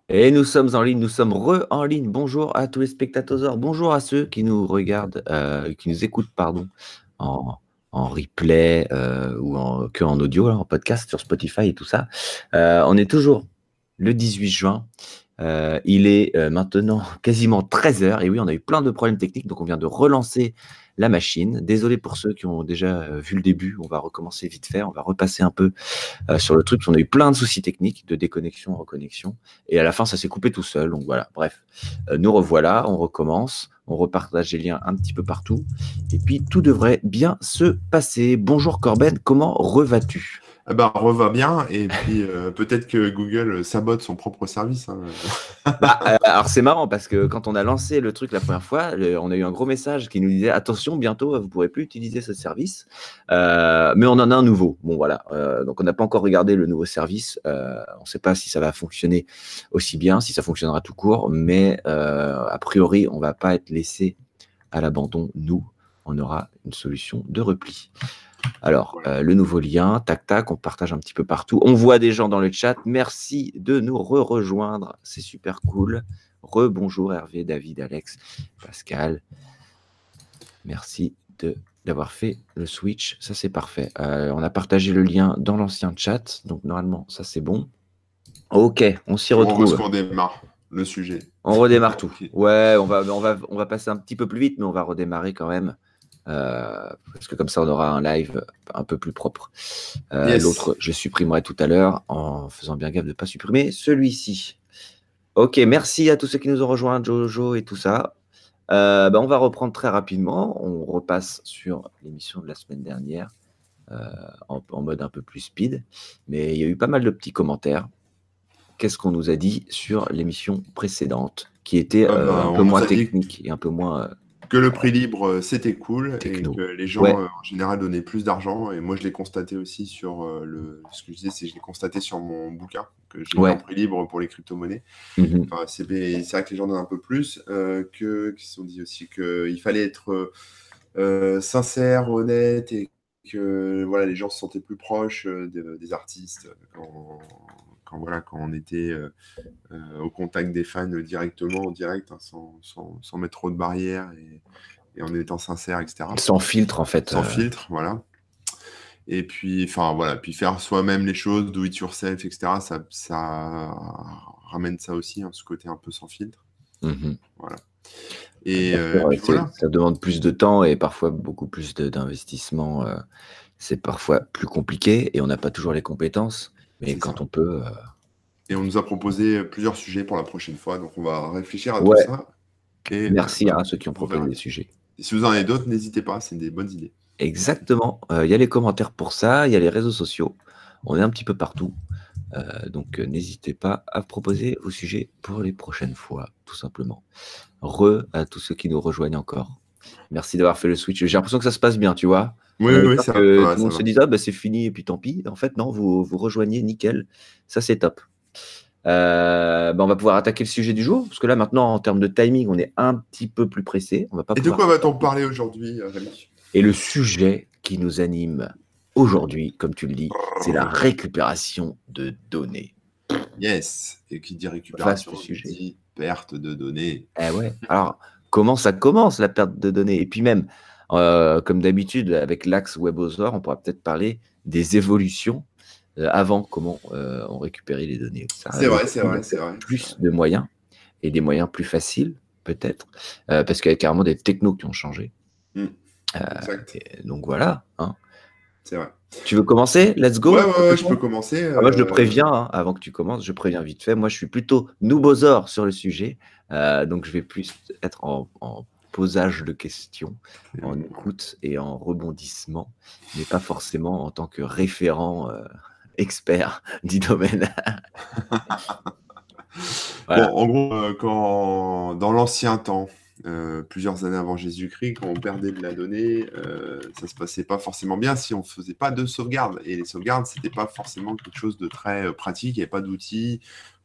Et nous sommes en ligne, nous sommes en ligne. Bonjour à tous les spectateurs, bonjour à ceux qui nous regardent, qui nous écoutent, pardon, en, en replay que en audio, là, en podcast sur Spotify et tout ça. On est toujours le 18 juin. Il est maintenant quasiment 13 heures. Et oui, on a eu plein de problèmes techniques, donc on vient de relancer la machine. Désolé pour ceux qui ont déjà vu le début. On va recommencer vite fait. On va repasser un peu sur le truc. On a eu plein de soucis techniques, de déconnexion, reconnexion. Et à la fin, ça s'est coupé tout seul. Donc voilà, bref. Nous revoilà, on recommence. On repartage les liens un petit peu partout. Et puis, tout devrait bien se passer. Bonjour Corben, comment revas-tu ? Ah bah, reva bien, et puis peut-être que Google sabote son propre service, hein. Alors c'est marrant parce que quand on a lancé le truc la première fois, on a eu un gros message qui nous disait attention, bientôt vous ne pourrez plus utiliser ce service, mais on en a un nouveau. Bon voilà, donc on n'a pas encore regardé le nouveau service, on ne sait pas si ça va fonctionner aussi bien, si ça fonctionnera tout court, mais a priori on ne va pas être laissé à l'abandon, nous, on aura une solution de repli. Alors, le nouveau lien, tac, tac, on partage un petit peu partout. On voit des gens dans le chat. Merci de nous rejoindre. C'est super cool. Rebonjour Hervé, David, Alex, Pascal. Merci d'avoir fait le switch. Ça, c'est parfait. On a partagé le lien dans l'ancien chat. Donc, normalement, ça, c'est bon. Ok, on s'y Bon, est-ce retrouve. qu'on démarre le sujet? On redémarre tout. Ok. Ouais, on va passer un petit peu plus vite, mais on va redémarrer quand même. Parce que comme ça, on aura un live un peu plus propre. Yes. L'autre, je supprimerai tout à l'heure en faisant bien gaffe de ne pas supprimer celui-ci. Ok, merci à tous ceux qui nous ont rejoints, Jojo et tout ça. On va reprendre très rapidement. On repasse sur l'émission de la semaine dernière en mode un peu plus speed. Mais il y a eu pas mal de petits commentaires. Qu'est-ce qu'on nous a dit sur l'émission précédente, qui était un peu On nous moins a dit technique et un peu moins que le prix libre, c'était cool, et techno. que les gens, Ouais, en général, donnaient plus d'argent. Et moi, je l'ai constaté aussi sur ce que je disais, c'est que je l'ai constaté sur mon bouquin, que j'ai mis en ouais. prix libre pour les crypto-monnaies. Mhm. Enfin, c'est vrai que les gens donnent un peu plus, qu'ils se sont dit aussi qu'il fallait être sincère, honnête, et que voilà, les gens se sentaient plus proches des artistes quand on était au contact des fans directement, en direct, hein, sans mettre trop de barrières, et en étant sincère, etc. Sans filtre, en fait. Sans filtre, voilà. Et puis, enfin, voilà, puis faire soi-même les choses, do it yourself, etc., ça ramène ça aussi, hein, ce côté un peu sans filtre. Mhm. Voilà. Et Bien sûr, puis voilà. ça demande plus de temps et parfois beaucoup plus d'investissement. C'est parfois plus compliqué et on n'a pas toujours les compétences. Mais C'est quand ça. on peut, Et on nous a proposé plusieurs sujets pour la prochaine fois, donc on va réfléchir à tout ouais, ça. Et merci à ceux qui ont on proposé verra. des sujets. Et si vous en avez d'autres, n'hésitez pas, c'est des bonnes idées. Exactement. Il y a les commentaires pour ça, il y a les réseaux sociaux. On est un petit peu partout. Donc, n'hésitez pas à proposer vos sujets pour les prochaines fois, tout simplement. À tous ceux qui nous rejoignent encore. Merci d'avoir fait le switch. J'ai l'impression que ça se passe bien, tu vois. Oui, On oui, avait oui, peur ça que va, tout le ça monde se va. dise ah, bah, c'est fini et puis tant pis. En fait, non, vous rejoignez nickel. Ça, c'est top. On va pouvoir attaquer le sujet du jour, parce que là, maintenant, en termes de timing, on est un petit peu plus pressé. On va pas Et de pouvoir quoi faire va-t-on plus. parler aujourd'hui, Rémi? Et le sujet qui nous anime aujourd'hui, comme tu le dis, c'est la récupération de données. Yes. Et qui dit Vaste récupération, sujet. dit perte de données. Eh ouais. Alors, comment ça commence la perte de données? Et puis même, comme d'habitude, avec l'axe WebAuthor, on pourra peut-être parler des évolutions avant, comment on récupérait les données. Ça, C'est vrai, aujourd'hui, c'est il y a vrai, c'est peut-être vrai, c'est vrai. plus de moyens et des moyens plus faciles, peut-être, parce qu'il y a carrément des technos qui ont changé. Hmm. Euh, Exact. donc voilà, hein. C'est vrai. Tu veux commencer? Let's Ouais, go. ouais, ouais, je peux commencer. Ah, moi, je préviens, hein, avant que tu commences, je préviens vite fait. Moi, je suis plutôt noubosaure sur le sujet. Donc, je vais plus être en posage de questions, en écoute et en rebondissement, mais pas forcément en tant que référent expert du domaine. Bon, Voilà. en gros, dans l'ancien temps, plusieurs années avant Jésus-Christ, quand on perdait de la donnée, ça se passait pas forcément bien si on ne faisait pas de sauvegarde. Et les sauvegardes, c'était pas forcément quelque chose de très pratique. Il n'y avait pas d'outils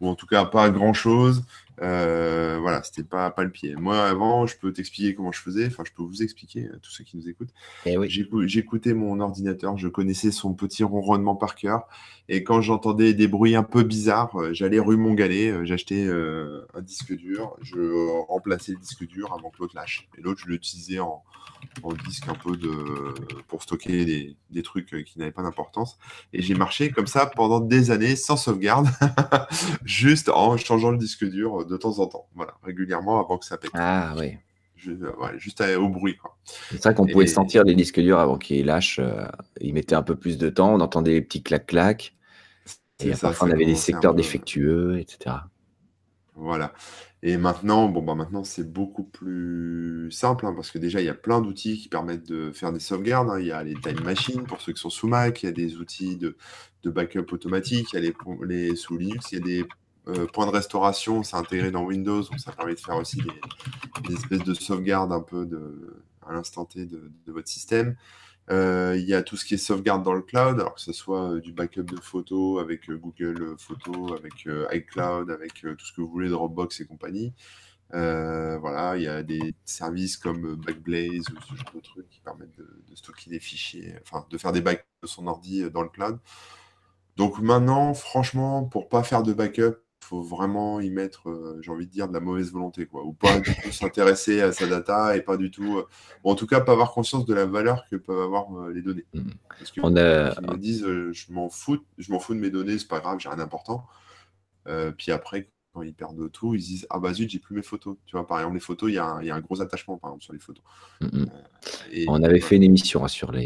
ou en tout cas pas grand-chose. Voilà, c'était pas le pied. Moi, avant, je peux t'expliquer comment je faisais, enfin, je peux vous expliquer, tous ceux qui nous écoutent. Eh oui. J'écoutais mon ordinateur, je connaissais son petit ronronnement par cœur, et quand j'entendais des bruits un peu bizarres, j'allais rue Montgallet, j'achetais un disque dur, je remplaçais le disque dur avant que l'autre lâche. Et l'autre, je l'utilisais en disque un peu pour stocker des trucs qui n'avaient pas d'importance. Et j'ai marché comme ça pendant des années sans sauvegarde, juste en changeant le disque dur de temps en temps, voilà, régulièrement avant que ça pète. Ah oui. Ouais, juste au bruit, quoi. C'est vrai qu'on pouvait Et sentir les disques durs avant qu'ils lâchent. Ils mettaient un peu plus de temps. On entendait les petits clac-clac. Et c'est ça, parfois, on ça avait des commençait un secteurs peu. défectueux, etc. Voilà. Et maintenant, bon, bah, maintenant c'est beaucoup plus simple, hein, parce que déjà, il y a plein d'outils qui permettent de faire des sauvegardes, hein. Il y a les Time Machines pour ceux qui sont sous Mac, il y a des outils de backup automatique, il y a sous Linux, il y a des points de restauration, c'est intégré dans Windows, donc ça permet de faire aussi des espèces de sauvegarde un peu à l'instant T de votre système. Il y a tout ce qui est sauvegarde dans le cloud, alors que ce soit du backup de photos avec Google Photos, avec iCloud, avec tout ce que vous voulez, Dropbox et compagnie. Voilà, il y a des services comme Backblaze ou ce genre de trucs qui permettent de stocker des fichiers, enfin de faire des backups de son ordi dans le cloud. Donc maintenant, franchement, pour pas faire de backup, faut vraiment y mettre, j'ai envie de dire, de la mauvaise volonté, quoi. Ou pas du tout s'intéresser à sa data et pas du tout, ou en tout cas, pas avoir conscience de la valeur que peuvent avoir les données. Mm. Parce que On a, qui me disent, je m'en fous de mes données, c'est pas grave, j'ai rien d'important. Puis après, quand ils perdent tout, ils se disent, ah bah zut, j'ai plus mes photos. Tu vois, par exemple, les photos, il y a un gros attachement, par exemple, sur les photos. Mm. Et On avait voilà, fait une émission hein, sur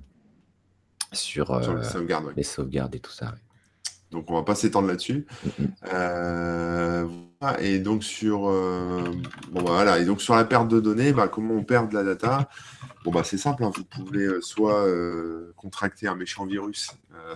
sur les sauvegardes, ouais. les sauvegardes et tout ça. Donc on va pas s'étendre là-dessus. Mm. Voilà. Et donc bon, bah, voilà. Et donc sur la perte de données, bah, comment on perd de la data? Bon, bah, c'est simple, hein. Vous pouvez soit contracter un méchant virus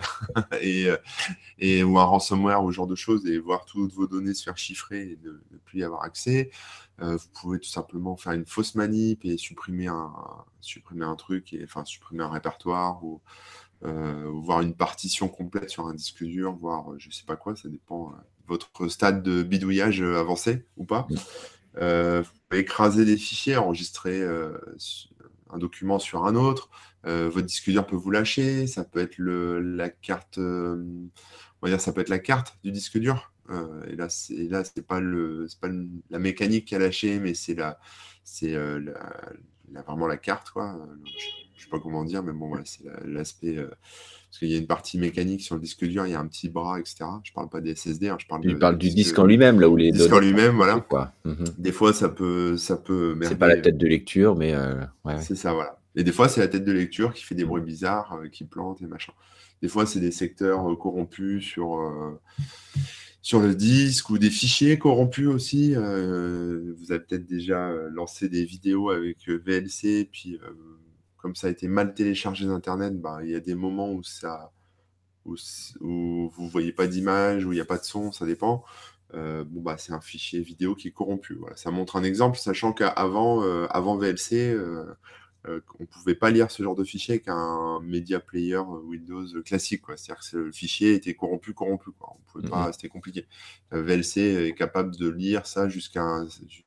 ou un ransomware ou ce genre de choses et voir toutes vos données se faire chiffrer et ne plus y avoir accès. Vous pouvez tout simplement faire une fausse manip et supprimer un truc, enfin supprimer un répertoire ou voir une partition complète sur un disque dur, voir je sais pas quoi, ça dépend de votre stade de bidouillage avancé ou pas. Mm. Vous pouvez écraser des fichiers, enregistrer un document sur un autre. Votre disque dur peut vous lâcher, ça peut être la carte, on va dire, ça peut être la carte du disque dur. Et là, c'est pas la mécanique qui a lâché, mais c'est vraiment la carte, quoi. Je sais pas comment dire, mais bon, voilà, c'est l'aspect. Parce qu'il y a une partie mécanique sur le disque dur, il y a un petit bras, etc. Je parle pas des SSD, hein, je parle Tu des parles du disques, disque en lui-même, là où les disques en données sont lui-même, stockées, voilà. quoi. Mhm. Des fois, ça peut C'est pas la merder. tête de lecture, mais ouais. C'est ça, voilà. Et des fois, c'est la tête de lecture qui fait des Mm. bruits bizarres, qui plante et machin. Des fois, c'est des secteurs corrompus sur le disque ou des fichiers corrompus aussi. Vous avez peut-être déjà lancé des vidéos avec VLC, puis comme ça a été mal téléchargé d'Internet, bah, il y a des moments où vous voyez pas d'image, où il n'y a pas de son, ça dépend. Bon, bah, c'est un fichier vidéo qui est corrompu. Voilà. Ça montre un exemple, sachant qu'avant VLC, on ne pouvait pas lire ce genre de fichier avec un media player Windows classique, quoi. C'est-à-dire que le fichier était corrompu, quoi. On pouvait pas, c'était compliqué. VLC est capable de lire ça jusqu'à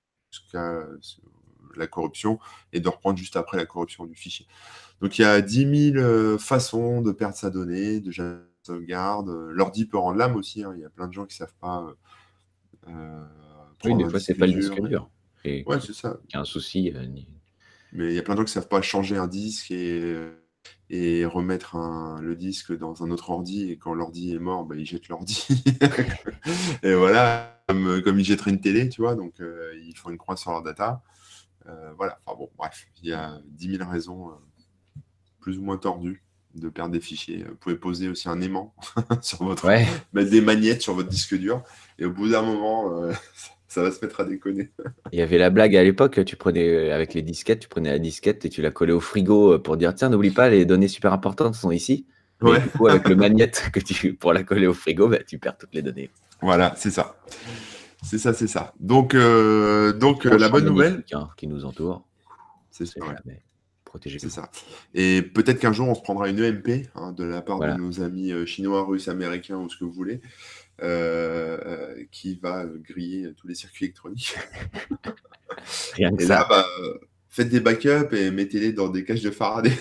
la corruption et de reprendre juste après la corruption du fichier. Donc il y a 10 000 façons de perdre sa donnée, de sauvegarde. L'ordi peut rendre l'âme aussi, hein. Il y a plein de gens qui ne savent pas Oui, prendre des un fois, c'est disque pas le disque dur. dur Ouais, c'est ça. qui a un souci. Mais il y a plein de gens qui ne savent pas changer un disque et remettre le disque dans un autre ordi. Et quand l'ordi est mort, bah, ils jettent l'ordi. Et voilà, comme ils jetteraient une télé, tu vois. Donc, ils font une croix sur leur data. Voilà. Enfin bon, bref, il y a 10 000 raisons plus ou moins tordues de perdre des fichiers. Vous pouvez poser aussi un aimant sur Ouais. mettre des magnettes sur votre disque dur. Et au bout d'un moment, ça va se mettre à déconner. Il y avait la blague à l'époque, tu prenais avec les disquettes, tu prenais la disquette et tu la collais au frigo pour dire tiens, n'oublie pas, les données super importantes sont ici. Mais Ouais, du coup, avec le magnète pour la coller au frigo, bah, tu perds toutes les données. voilà, c'est ça. C'est ça, c'est ça. Donc, Bon, la champ bonne nouvelle, magnétique, hein, qui nous entoure, c'est c'est ça, ouais. jamais protégé. C'est ça. Et peut-être qu'un jour, on se prendra une EMP de la part de Voilà. nos amis chinois, russes, américains ou ce que vous voulez. qui va griller tous les circuits électroniques. Rien que Et là, ça. bah, faites des backups et mettez-les dans des cages de Faraday.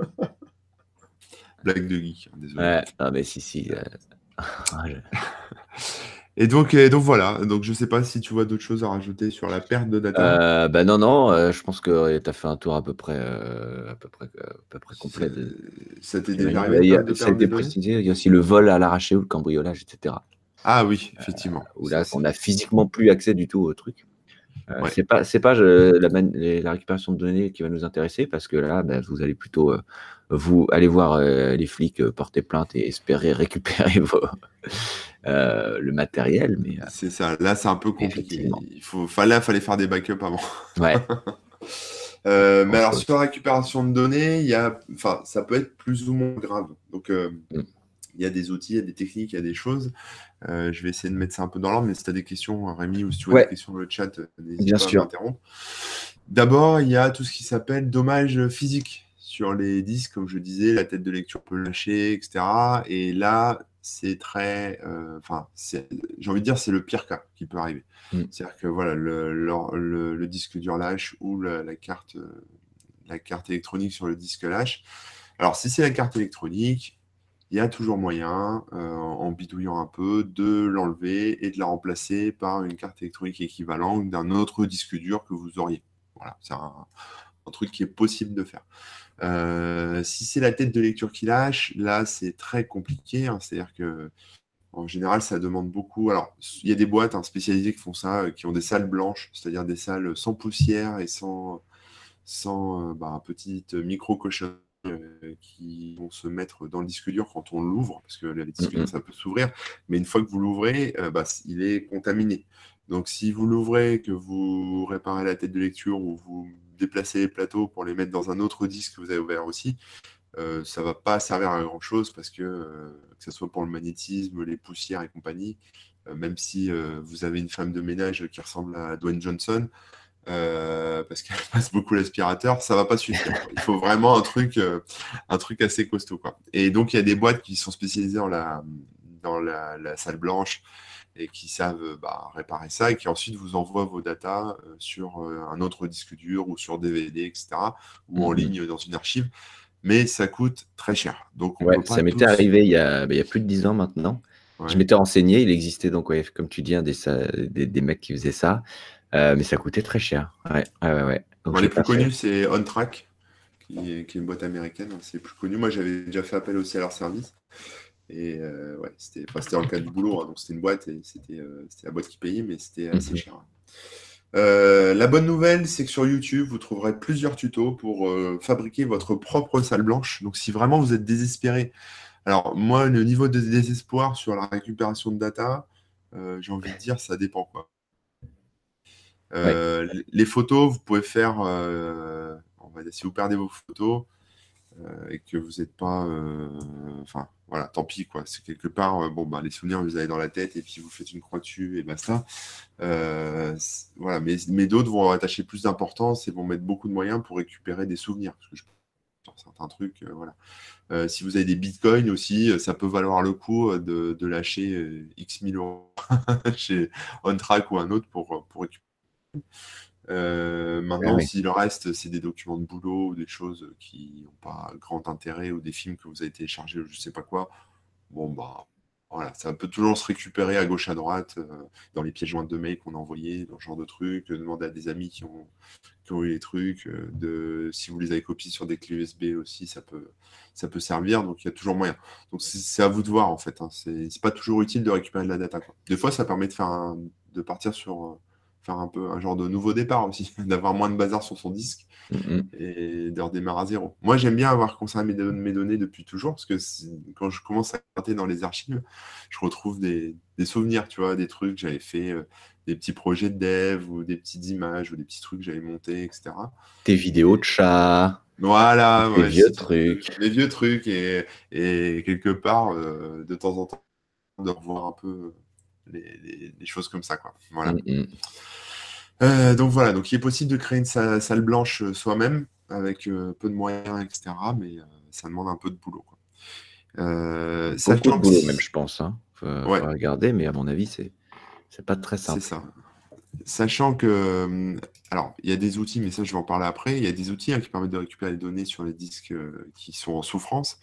Blague de geek, hein, désolé. Ouais, non, mais si. Je- Et donc voilà. Donc je sais pas si tu vois d'autres choses à rajouter sur la perte de data. Bah non, je pense que tu as fait un tour à peu près complet de Ça t'est ces déjà manières. arrivé de Ça a perdre été des données? précisé, il y a aussi le vol à l'arraché ou le cambriolage, etc. Ah oui, effectivement. Où Ça, là, on c'est... n'a physiquement plus accès du tout au truc. Ouais. C'est pas la récupération de données qui va nous intéresser parce que là, bah, vous allez plutôt vous aller voir les flics porter plainte et espérer récupérer le matériel, C'est ça. Là, c'est un peu mais compliqué. effectivement, Fallait faire des backups avant. ouais, Mais alors, grand-chose. sur la récupération de données, enfin, ça peut être plus ou moins grave. Donc, Mm. il y a des outils, il y a des techniques, il y a des choses. Je vais essayer de mettre ça un peu dans l'ordre, mais si tu as des questions, Rémi, ou si tu vois des Ouais, questions dans le chat, n'hésite bien pas à sûr. m'interrompre. D'abord, il y a tout ce qui s'appelle dommage physique sur les disques, comme je disais, la tête de lecture peut lâcher, etc. Et là, c'est très, enfin, j'ai envie de dire, c'est le pire cas qui peut arriver. Mm. C'est-à-dire que voilà, le disque dur lâche ou la carte électronique sur le disque lâche. Alors, si c'est la carte électronique, il y a toujours moyen, en bidouillant un peu, de l'enlever et de la remplacer par une carte électronique équivalente d'un autre disque dur que vous auriez. Voilà, c'est un truc qui est possible de faire. Si c'est la tête de lecture qui lâche, là, c'est très compliqué, hein. C'est-à-dire que en général, ça demande beaucoup. Alors, il y a des boîtes, hein, spécialisées qui font ça, qui ont des salles blanches, c'est-à-dire des salles sans poussière et sans petite micro-cochonnerie qui vont se mettre dans le disque dur quand on l'ouvre, parce que le Mm, disque dur, mm. ça peut s'ouvrir, mais une fois que vous l'ouvrez, il est contaminé. Donc, si vous l'ouvrez, que vous réparez la tête de lecture ou vous déplacez les plateaux pour les mettre dans un autre disque que vous avez ouvert aussi, ça ne va pas servir à grand-chose parce que ce soit pour le magnétisme, les poussières et compagnie, même si vous avez une femme de ménage qui ressemble à Dwayne Johnson, parce qu'elle passe beaucoup l'aspirateur, ça va pas suffire, quoi. Il faut vraiment un truc assez costaud, quoi. Et donc, il y a des boîtes qui sont spécialisées dans la salle blanche et qui savent réparer ça et qui ensuite vous envoient vos datas sur un autre disque dur ou sur DVD, etc., ou en Mm, mm. ligne dans une archive. Mais ça coûte très cher. Donc, on Ouais, peut pas ça m'était tous. arrivé il y a plus de 10 ans maintenant. Je Ouais. m'étais renseigné, il existait donc, ouais, comme tu dis, des mecs qui faisaient ça, mais ça coûtait très cher. Ouais, ouais, ouais, ouais. Donc Bon, les j'ai plus pas fait. connus, c'est OnTrack, qui est une boîte américaine, hein. C'est le plus connu. Moi, j'avais déjà fait appel aussi à leur service. Et ouais, c'était dans le cadre du boulot, hein. Donc, c'était une boîte et c'était la boîte qui payait, mais c'était assez Mhm. cher, hein. La bonne nouvelle, c'est que sur YouTube, vous trouverez plusieurs tutos pour fabriquer votre propre salle blanche. Donc, si vraiment vous êtes désespéré, alors moi, le niveau de désespoir sur la récupération de data, j'ai envie de dire, ça dépend, quoi. Ouais. Les photos, vous pouvez faire, on va dire, si vous perdez vos photos et que vous n'êtes pas, enfin, voilà, tant pis, quoi. C'est quelque part, les souvenirs, vous les avez dans la tête et puis vous faites une croix dessus et basta. Voilà, mais d'autres vont attacher plus d'importance et vont mettre beaucoup de moyens pour récupérer des souvenirs. Parce que sur certains trucs, voilà. Si vous avez des bitcoins aussi, ça peut valoir le coup de lâcher X 1000 euros chez OnTrack ou un autre pour récupérer. Ouais, Maintenant, ouais. si le reste, c'est des documents de boulot ou des choses qui n'ont pas grand intérêt ou des films que vous avez téléchargés ou je sais pas quoi, bon, voilà, ça peut toujours se récupérer à gauche, à droite, dans les pièces jointes de mail qu'on a envoyées, dans ce genre de trucs, demander à des amis qui ont eu les trucs, si vous les avez copiés sur des clés USB aussi, ça peut servir, donc il y a toujours moyen. Donc c'est à vous de voir en fait, hein. C'est pas toujours utile de récupérer de la data, quoi. Des fois, ça permet de partir sur faire un peu un genre de nouveau départ aussi, d'avoir moins de bazar sur son disque Mhm. et de redémarrer à zéro. Moi, j'aime bien avoir conservé mes données depuis toujours, parce que quand je commence à gratter dans les archives, je retrouve des souvenirs, tu vois, des trucs que j'avais fait, des petits projets de dev ou des petites images ou des petits trucs que j'avais montés, etc. Tes vidéos de chat, Voilà, tes ouais, vieux trucs. les vieux trucs et quelque part, de temps en temps, de revoir un peu les choses comme ça, quoi. Voilà. Mhm. Donc voilà, donc il est possible de créer une salle blanche soi-même avec peu de moyens, etc. Mais ça demande un peu de boulot, quoi. Beaucoup de Sachant que boulot même, je pense, hein. Ouais, Faut regarder, mais à mon avis, c'est pas très c'est simple. ça. Sachant que, alors, il y a des outils, mais ça, je vais en parler après. Il y a des outils qui permettent de récupérer les données sur les disques qui sont en souffrance.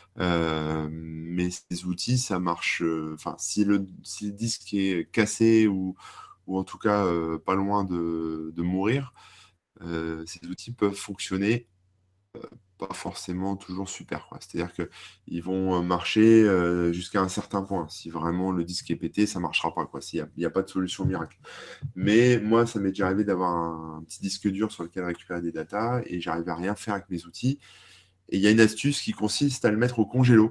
Mais ces outils, ça marche. Enfin, si le disque est cassé ou en tout cas pas loin de mourir, ces outils peuvent fonctionner pas forcément toujours super, quoi. C'est-à-dire qu'ils vont marcher jusqu'à un certain point. Si vraiment le disque est pété, ça marchera pas, quoi. Il n'y a pas de solution miracle. Mais moi, ça m'est déjà arrivé d'avoir un petit disque dur sur lequel récupérer des datas et j'arrive à rien faire avec mes outils. Et il y a une astuce qui consiste à le mettre au congélo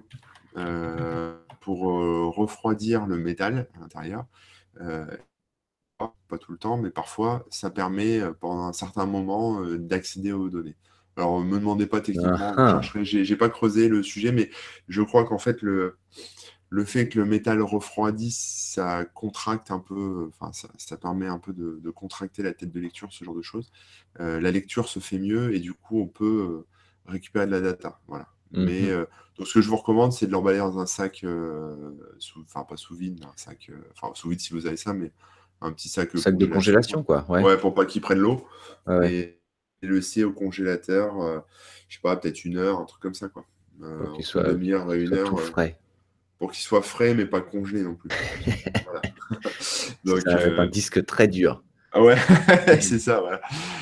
pour refroidir le métal à l'intérieur. Euh, pas tout le temps, mais parfois, ça permet pendant un certain moment d'accéder aux données. Alors, me demandez pas Ah, techniquement, vous ah. chercherez. J'ai pas creusé le sujet, mais je crois qu'en fait, le fait que le métal refroidisse, ça contracte un peu, enfin, ça permet un peu de contracter la tête de lecture, ce genre de choses. La lecture se fait mieux et du coup, on peut récupérer de la data. Voilà. Mais Mhm. donc, ce que je vous recommande, c'est de l'emballer dans un sac, enfin, pas sous vide, mais un sac, enfin, sous vide si vous avez ça, mais un petit sac Sac de congélation, congélation, quoi. quoi. Ouais. Ouais, pour pas qu'il prenne l'eau. Ouais, ouais. Et le laisser au congélateur, je sais pas, peut-être 1 heure, un truc comme ça, quoi. Pour qu'il Entre une soit, demi-heure et qu'il une soit heure. tout frais. Pour qu'il soit frais, mais pas congelé non plus. Voilà. Donc, Ça va être un disque très dur. ah ouais, c'est ça, voilà.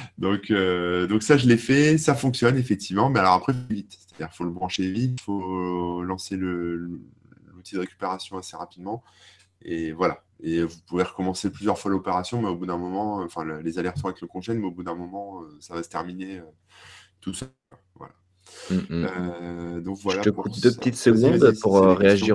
Donc ça, je l'ai fait, ça fonctionne effectivement, mais alors après, faut vite. C'est-à-dire qu'il faut le brancher vite, il faut lancer l'outil de récupération assez rapidement, et voilà. Et vous pouvez recommencer plusieurs fois l'opération, mais au bout d'un moment, enfin, les allers-retours avec le congèle, mais au bout d'un moment, ça va se terminer tout seul. Voilà. Mhm. Donc Je voilà te pour coupe 2 ça. petites Vas-y, secondes vas-y, si pour c'est des questions. réagir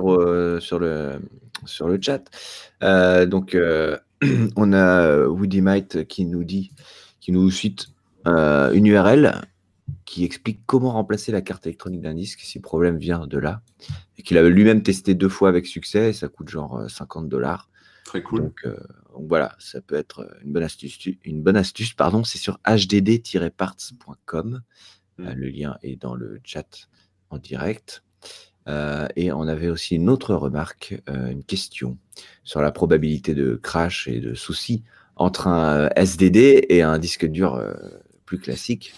sur le chat. Donc, on a Woody Might qui nous cite une URL qui explique comment remplacer la carte électronique d'un disque si le problème vient de là. Et qu'il avait lui-même testé 2 fois avec succès, et ça coûte genre $50. Très cool. Donc voilà, ça peut être une bonne astuce. Une bonne astuce, pardon, c'est sur hdd-parts.com. Mm. Le lien est dans le chat en direct. Et on avait aussi une autre remarque, une question sur la probabilité de crash et de soucis entre un SDD et un disque dur plus classique.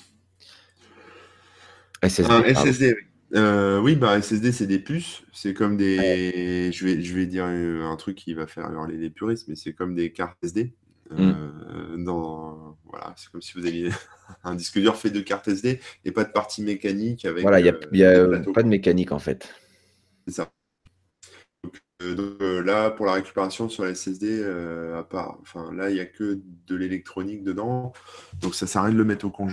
Un SSD, pardon. SSD, oui. Oui, bah, SSD, c'est des puces. C'est comme Ouais. des. Je vais dire un truc qui va faire hurler les puristes, mais c'est comme des cartes SD. Mm. Voilà, c'est comme si vous aviez un disque dur fait de cartes SD et pas de partie mécanique avec Voilà, y des a plateaux, pas de quoi. mécanique en fait. C'est ça. Là, pour la récupération sur la SSD, à part, enfin, là, il n'y a que de l'électronique dedans. Donc, ça sert à rien de le mettre au congé.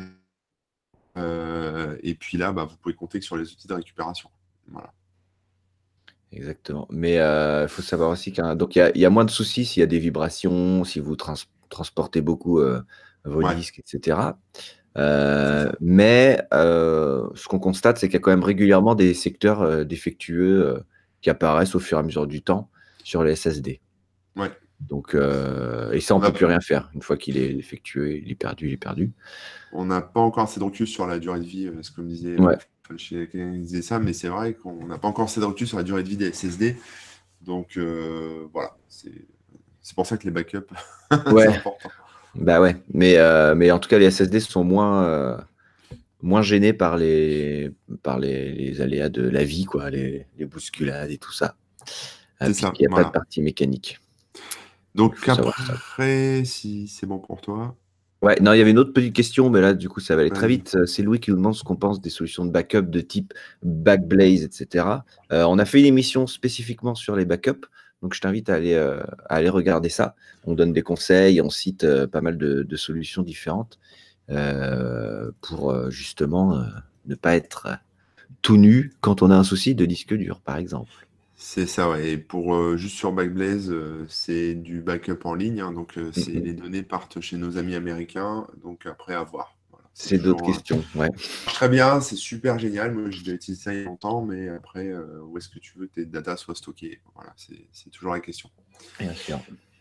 Et puis là, bah, vous pouvez compter que sur les outils de récupération. Voilà. Exactement. Mais il faut savoir aussi donc il y a moins de soucis s'il y a des vibrations, si vous transportez beaucoup vos Ouais, disques, etc. c'est ça. Mais ce qu'on constate, c'est qu'il y a quand même régulièrement des secteurs défectueux qui apparaissent au fur et à mesure du temps sur les SSD. Ouais. Donc, et ça, on On peut n'a plus rien faire. Une fois qu'il est défectueux, il est perdu, il est perdu. on n'a pas encore assez de recul sur la durée de vie, ce que me disait Ouais, chez quelqu'un qui disait ça, mais c'est vrai qu'on n'a pas encore assez de recul sur la durée de vie des SSD. Donc voilà, c'est pour ça que les backups, c'est ouais, important. bah ouais. Mais en tout cas, les SSD sont moins gênés par les aléas de la vie, quoi, les bousculades et tout ça, C'est ça, puisqu'il n'y a pas de voilà. partie mécanique. Donc, il Donc faut savoir ça. après, si c'est bon pour toi, Ouais, non, il y avait une autre petite question, mais là, du coup, ça va aller très vas-y. vite. C'est Louis qui nous demande ce qu'on pense des solutions de backup de type Backblaze, etc. On a fait une émission spécifiquement sur les backups, donc je t'invite à aller regarder ça. On donne des conseils, on cite pas mal de solutions différentes pour justement ne pas être tout nu quand on a un souci de disque dur, par exemple. C'est ça, ouais. Et pour juste sur Backblaze, c'est du backup en ligne, hein, donc Mhm. les données partent chez nos amis américains, donc après à voir. Voilà. C'est C'est d'autres toujours questions, ouais, très bien, c'est super génial. Moi, j'ai déjà utilisé ça il y a longtemps, mais après, où est-ce que tu veux que tes datas soient stockées? Voilà, c'est toujours la question. bien sûr.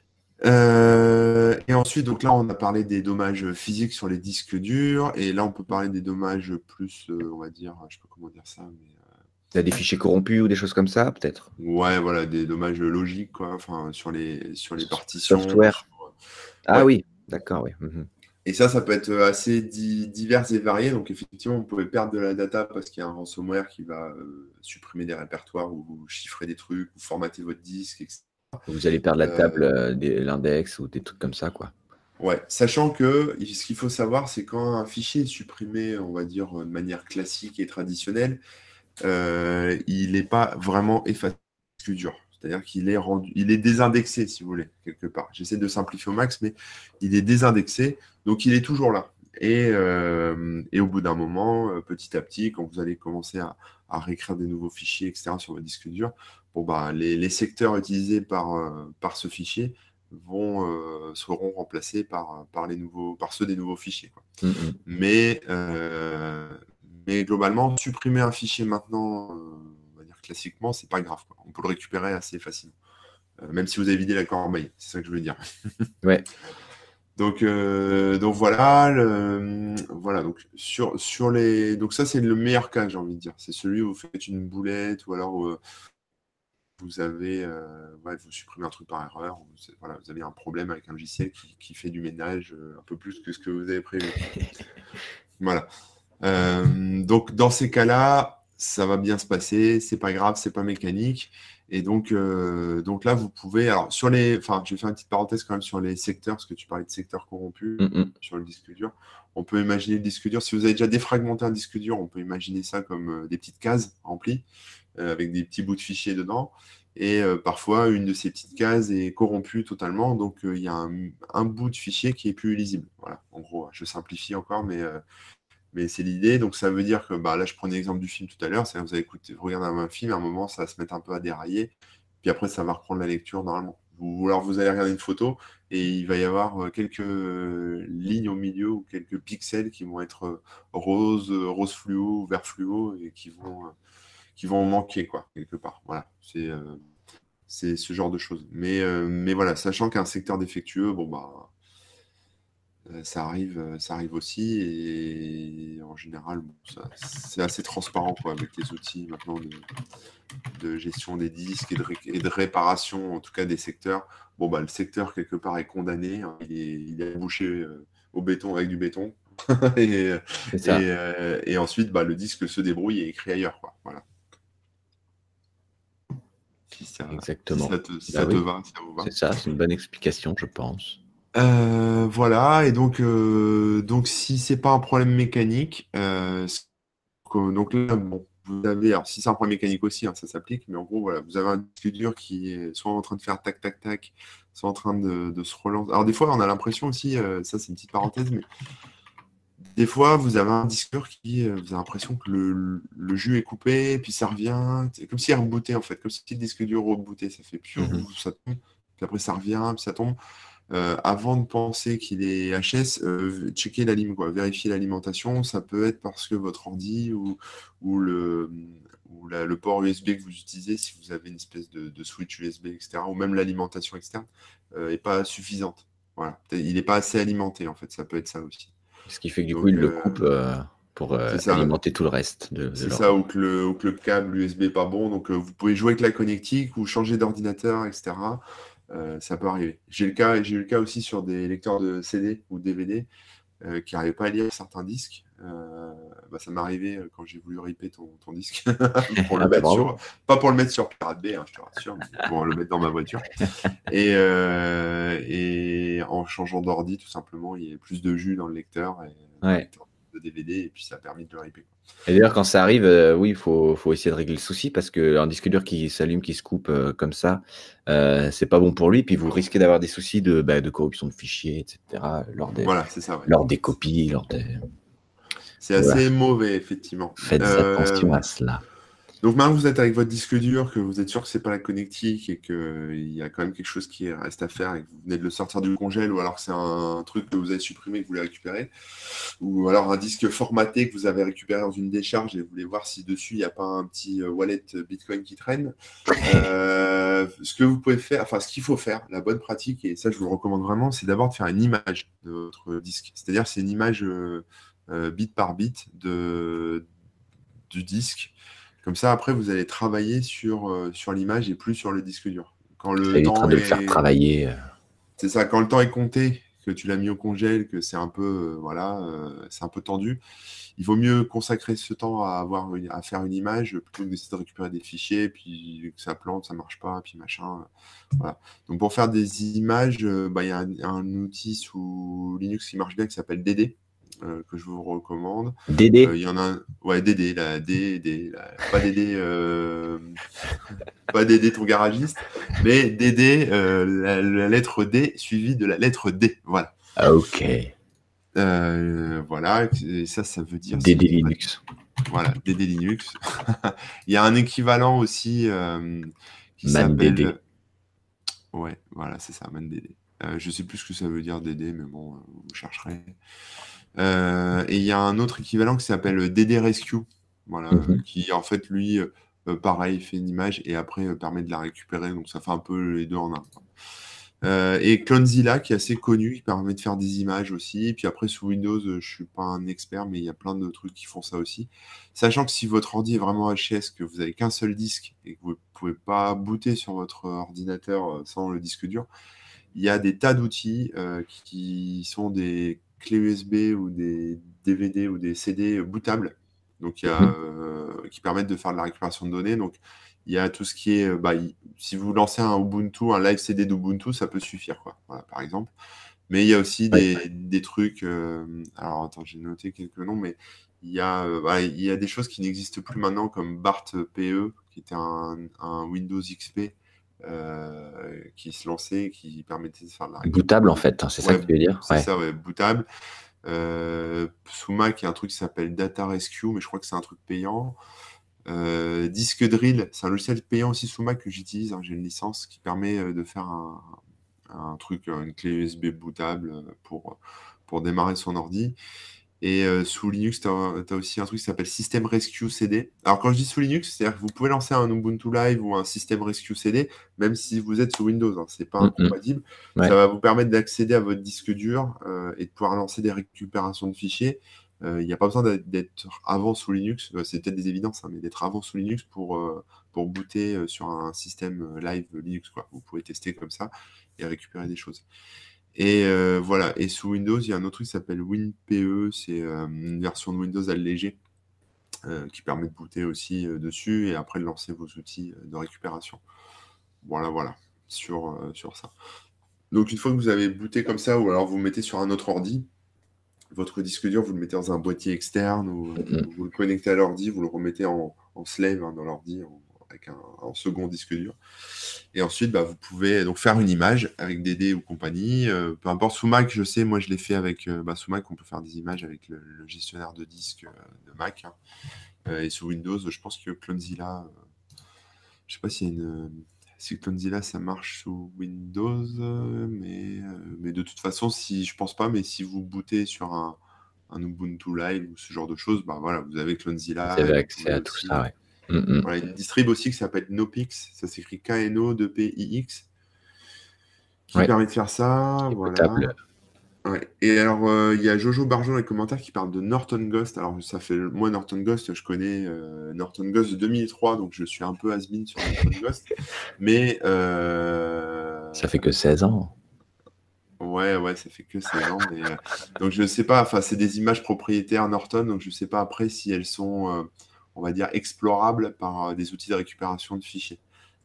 Et ensuite, donc là, on a parlé des dommages physiques sur les disques durs, et là, on peut parler des dommages plus, on va dire, je sais pas comment dire ça, mais Il y a des fichiers corrompus ou des choses comme ça, peut-être? Ouais, voilà, des dommages logiques, quoi, enfin, sur les partitions. Software. Ah Ouais. oui, d'accord, oui. Mhm. Et ça peut être assez divers et varié. Donc, effectivement, vous pouvez perdre de la data parce qu'il y a un ransomware qui va supprimer des répertoires ou chiffrer des trucs ou formater votre disque, etc. Vous allez perdre la table, Euh, l'index ou des trucs comme ça, quoi. ouais, sachant que ce qu'il faut savoir, c'est quand un fichier est supprimé, on va dire, de manière classique et traditionnelle, il n'est pas vraiment effacé du disque dur. C'est-à-dire il est désindexé, si vous voulez, quelque part. J'essaie de simplifier au max, mais il est désindexé, donc il est toujours là. Et au bout d'un moment, petit à petit, quand vous allez commencer à réécrire des nouveaux fichiers, etc., sur votre disque dur, bon, bah, les secteurs utilisés par ce fichier seront remplacés par ceux des nouveaux fichiers, quoi. Mhm. Mais, euh, mais globalement, supprimer un fichier maintenant, on va dire classiquement, c'est pas grave, quoi. On peut le récupérer assez facilement. Même si vous avez vidé la corbeille, c'est ça que je veux dire. Ouais. Donc voilà, voilà. Donc ça c'est le meilleur cas, j'ai envie de dire. C'est celui où vous faites une boulette ou alors vous avez, ouais, vous supprimez un truc par erreur. Voilà, vous avez un problème avec un logiciel qui fait du ménage un peu plus que ce que vous avez prévu. Voilà. Donc dans ces cas-là, ça va bien se passer, c'est pas grave, c'est pas mécanique. Et donc là, vous pouvez. Alors enfin, je vais faire une petite parenthèse quand même sur les secteurs, parce que tu parlais de secteurs corrompus Mhm. sur le disque dur. On peut imaginer le disque dur. Si vous avez déjà défragmenté un disque dur, on peut imaginer ça comme des petites cases remplies avec des petits bouts de fichiers dedans. Et parfois, une de ces petites cases est corrompue totalement, donc il y a un bout de fichier qui est plus lisible. Voilà, en gros, je simplifie encore, mais c'est l'idée. Donc, ça veut dire que bah, là, je prenais l'exemple du film tout à l'heure. C'est vous vous regardez un film, à un moment, ça va se mettre un peu à dérailler. Puis après, ça va reprendre la lecture normalement. Ou alors, vous allez regarder une photo et il va y avoir quelques lignes au milieu ou quelques pixels qui vont être rose fluo, ou vert fluo et qui vont manquer, quoi, quelque part. Voilà. C'est ce genre de choses. Mais voilà, sachant qu'un secteur défectueux, bon, bah. Ça arrive aussi et en général, bon, c'est assez transparent quoi, avec les outils maintenant de gestion des disques et de réparation, en tout cas des secteurs. Bon, bah, le secteur, quelque part, est condamné, hein. Il est bouché au béton avec du béton. et, C'est et, ça, et ensuite, bah, le disque se débrouille et écrit ailleurs, quoi. Voilà. Si ça, si exactement. ça te, si Bah ça te oui, va, si ça vous va. c'est ça, c'est une bonne explication, je pense. Voilà, et donc si c'est pas un problème mécanique, donc là, bon, vous avez, alors si c'est un problème mécanique aussi, hein, ça s'applique, mais en gros, voilà, vous avez un disque dur qui est soit en train de faire tac, tac, tac, soit en train de se relancer. Alors des fois, on a l'impression aussi, ça c'est une petite parenthèse, mais des fois, vous avez un disque dur vous avez l'impression que le jus est coupé, puis ça revient, c'est comme s'il rebootait en fait, comme si le disque dur rebootait, ça fait Mhm. piou, ça tombe, puis après ça revient, puis ça tombe. Avant de penser qu'il est HS, checker quoi, vérifier l'alimentation. Ça peut être parce que votre ordi ou le port USB que vous utilisez, si vous avez une espèce de switch USB, etc., ou même l'alimentation externe, n'est pas suffisante. Voilà. Il n'est pas assez alimenté, en fait. Ça peut être ça aussi. Ce qui fait que du coup, Donc, il le coupe pour c'est ça. alimenter tout le reste de C'est ça, l'ordi. ou que le câble USB n'est pas bon. Donc, vous pouvez jouer avec la connectique ou changer d'ordinateur, etc. Ça peut arriver. J'ai eu le cas aussi sur des lecteurs de CD ou DVD qui n'arrivaient pas à lire certains disques. Bah, ça m'est arrivé quand j'ai voulu ripper ton disque pour le Ah bah mettre bravo. pas pour le mettre sur Pirate Bay, hein, je te rassure, mais pour le mettre dans ma voiture. Et en changeant d'ordi, tout simplement, il y avait plus de jus dans le lecteur et dans le Ouais. lecteur de DVD, et puis ça a permis de le ripper. Et d'ailleurs, quand ça arrive, oui, il faut essayer de régler le souci parce qu'un disque dur qui s'allume, qui se coupe comme ça, c'est pas bon pour lui. Puis vous risquez d'avoir des soucis de corruption de fichiers, etc. Voilà, c'est ça, ouais. Lors des copies, C'est Voilà. assez mauvais, effectivement. Faites attention à cela. Donc maintenant que vous êtes avec votre disque dur, que vous êtes sûr que c'est pas la connectique et qu'il y a quand même quelque chose qui reste à faire et que vous venez de le sortir du congèle, ou alors que c'est un truc que vous avez supprimé et que vous voulez récupérer, ou alors un disque formaté que vous avez récupéré dans une décharge et vous voulez voir si dessus il n'y a pas un petit wallet Bitcoin qui traîne, ce que vous pouvez faire, enfin ce qu'il faut faire, la bonne pratique, et ça je vous le recommande vraiment, c'est d'abord de faire une image de votre disque. C'est-à-dire c'est une image bit par bit du disque Comme ça, après, vous allez travailler sur l'image et plus sur le disque dur. Quand Ça le évitera temps de le faire est... travailler. C'est ça, quand le temps est compté, que tu l'as mis au congèle, que c'est un peu, c'est un peu tendu, il vaut mieux consacrer ce temps à faire une image plutôt que d'essayer de récupérer des fichiers, puis que ça plante, ça marche pas, puis machin. Voilà. Donc pour faire des images, il y a un outil sous Linux qui marche bien qui s'appelle DD, que je vous recommande. Dédé. Il y en a un, ouais, DD, pas DD, pas DD ton garagiste, mais DD, la lettre D suivie de la lettre D. Voilà. Ah, ok. Voilà, et ça veut dire... DD Linux. Voilà, DD Linux. Il y a un équivalent aussi qui ManDD. s'appelle... Ouais, voilà, c'est ça, ManDD. Je sais plus ce que ça veut dire DD, mais bon, vous chercherez. Et il y a un autre équivalent qui s'appelle DD Rescue, voilà, qui en fait, lui, pareil, fait une image et après permet de la récupérer. Donc ça fait un peu les deux en un. Et Clonezilla, qui est assez connu, qui permet de faire des images aussi. Puis après, sous Windows, je ne suis pas un expert, mais il y a plein de trucs qui font ça aussi. Sachant que si votre ordi est vraiment HS, que vous n'avez qu'un seul disque et que vous ne pouvez pas booter sur votre ordinateur sans le disque dur, il y a des tas d'outils qui sont des clés USB ou des DVD ou des CD bootables, donc qui permettent de faire de la récupération de données. Donc il y a tout ce qui est, si vous lancez un Ubuntu, un live CD d'Ubuntu, ça peut suffire, quoi. Voilà, par exemple. Mais il y a aussi des trucs. Alors attends, j'ai noté quelques noms, mais il y a des choses qui n'existent plus maintenant, comme BART PE, qui était un Windows XP. Qui se lançait, qui permettait de faire de la récup. Bootable, en fait, hein, c'est ça que tu veux dire? C'est ça, ouais, bootable. Sous Mac, il y a un truc qui s'appelle Data Rescue, mais je crois que c'est un truc payant. Disque Drill, c'est un logiciel payant aussi sous Mac que j'utilise, hein, j'ai une licence qui permet de faire un truc, une clé USB bootable pour démarrer son ordi. Et sous Linux, tu as aussi un truc qui s'appelle System Rescue CD. Alors, quand je dis sous Linux, c'est-à-dire que vous pouvez lancer un Ubuntu Live ou un System Rescue CD, même si vous êtes sous Windows. Hein, c'est pas incompatible. Ouais. Ça va vous permettre d'accéder à votre disque dur et de pouvoir lancer des récupérations de fichiers. Il n'y a pas besoin d'être avant sous Linux. C'est peut-être des évidences, hein, mais d'être avant sous Linux pour booter sur un système live Linux, quoi. Vous pouvez tester comme ça et récupérer des choses. Et voilà, et sous Windows, il y a un autre truc qui s'appelle WinPE, c'est une version de Windows allégée qui permet de booter aussi dessus et après de lancer vos outils de récupération. Voilà, sur ça. Donc une fois que vous avez booté comme ça, ou alors vous le mettez sur un autre ordi, votre disque dur, vous le mettez dans un boîtier externe, ou vous le connectez à l'ordi, vous le remettez en slave dans l'ordi, avec un second disque dur. Et ensuite, vous pouvez donc faire une image avec DD ou compagnie. Peu importe, sous Mac, je sais, moi je l'ai fait avec sous Mac, on peut faire des images avec le gestionnaire de disque de Mac. Hein. Et sous Windows, je pense que Clonezilla, je sais pas s'il y a si Clonezilla ça marche sous Windows, mais de toute façon, je pense pas, mais si vous bootez sur un Ubuntu Live ou ce genre de choses, voilà, vous avez Clonezilla. Vous avez accès à tout ça, ouais. Voilà, une distrib aussi qui s'appelle Nopix, ça s'écrit KNO2PIX, qui permet de faire ça. Voilà. Ouais. Et alors, il y a Jojo Barjon dans les commentaires qui parle de Norton Ghost. Alors, moi, Norton Ghost, je connais Norton Ghost de 2003, donc je suis un peu has-been sur Norton Ghost. Mais. Ça fait que 16 ans. Ouais, ça fait que 16 ans. Mais, donc, je ne sais pas, enfin, c'est des images propriétaires Norton, donc je ne sais pas après si elles sont, on va dire, explorables par des outils de récupération de fichiers.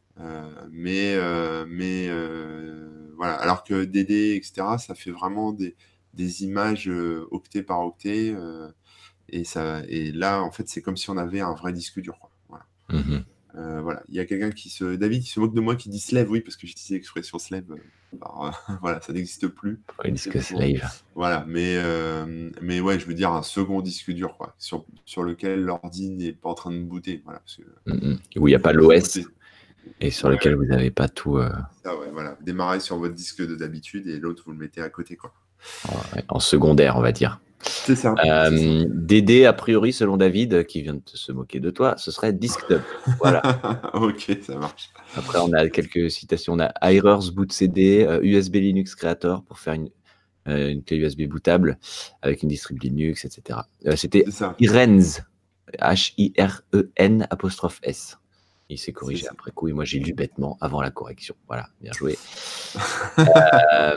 Voilà, alors que DD, etc., ça fait vraiment des images octet par octet, et là, en fait, c'est comme si on avait un vrai disque dur, quoi. Voilà. Voilà, il y a quelqu'un David qui se moque de moi, qui dit slave, oui, parce que j'utilisais l'expression slave. Voilà, ça n'existe plus. Disque slave. Voilà, mais ouais, je veux dire un second disque dur, quoi, sur lequel l'ordi n'est pas en train de booter, voilà, où il n'y a pas l'OS. Et sur lequel vous n'avez pas tout. Ça, ouais, voilà. Démarrez sur votre disque d'habitude et l'autre, vous le mettez à côté, quoi. En secondaire, on va dire. C'est ça. DD, a priori, selon David, qui vient de se moquer de toi, ce serait Disktop. Voilà. Ok, ça marche. Après, on a quelques citations. On a Hirers Boot CD, USB Linux Creator pour faire une clé USB bootable avec une distrib Linux, etc. C'était Irenz. Hiren''S. Il s'est corrigé C'est ça. après coup et moi j'ai lu bêtement avant la correction. Voilà, bien joué. Et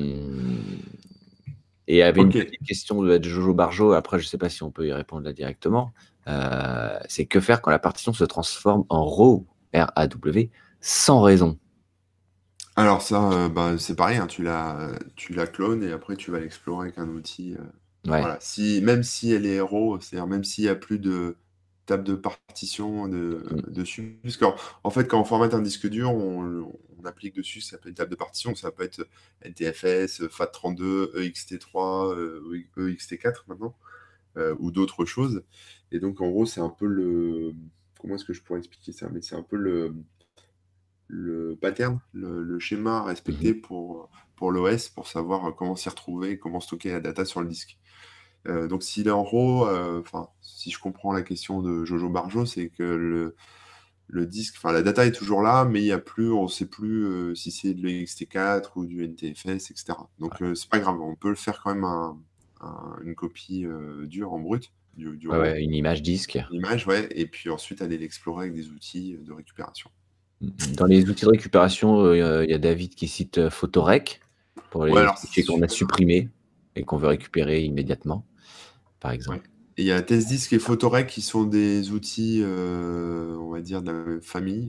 il y avait une Ok. petite question de Jojo Barjo, après je sais pas si on peut y répondre là directement. C'est que faire quand la partition se transforme en RAW, R-A-W, sans raison? Alors ça, bah, c'est pareil, hein, tu la clones et après tu vas l'explorer avec un outil. Ouais. Voilà. Même si elle est héros, c'est-à-dire même s'il n'y a plus de table de partition dessus. Parce qu'en fait, quand on formate un disque dur, on applique dessus, ça peut être une table de partition, ça peut être NTFS, FAT32, EXT3, EXT4 maintenant, ou d'autres choses. Et donc en gros, c'est un peu le. Comment est-ce que je pourrais expliquer ça? Mais c'est un peu le pattern, le schéma à respecter pour l'OS, pour savoir comment s'y retrouver, comment stocker la data sur le disque. Donc s'il est en RAW, enfin, si je comprends la question de Jojo Barjo, c'est que le disque, enfin la data est toujours là, mais il y a plus, on ne sait plus si c'est de l'EXT4 ou du NTFS, etc. Donc c'est pas grave, on peut le faire quand même une copie dure en brut du RAW, Ouais, une image disque. l'image, ouais, et puis ensuite aller l'explorer avec des outils de récupération. Dans les outils de récupération, il y a David qui cite Photorec pour Ouais, les alors c'est fichiers qu'on a super. supprimés et qu'on veut récupérer immédiatement, par Ouais. exemple. Et il y a TestDisk et Photorec qui sont des outils, on va dire, de la même famille.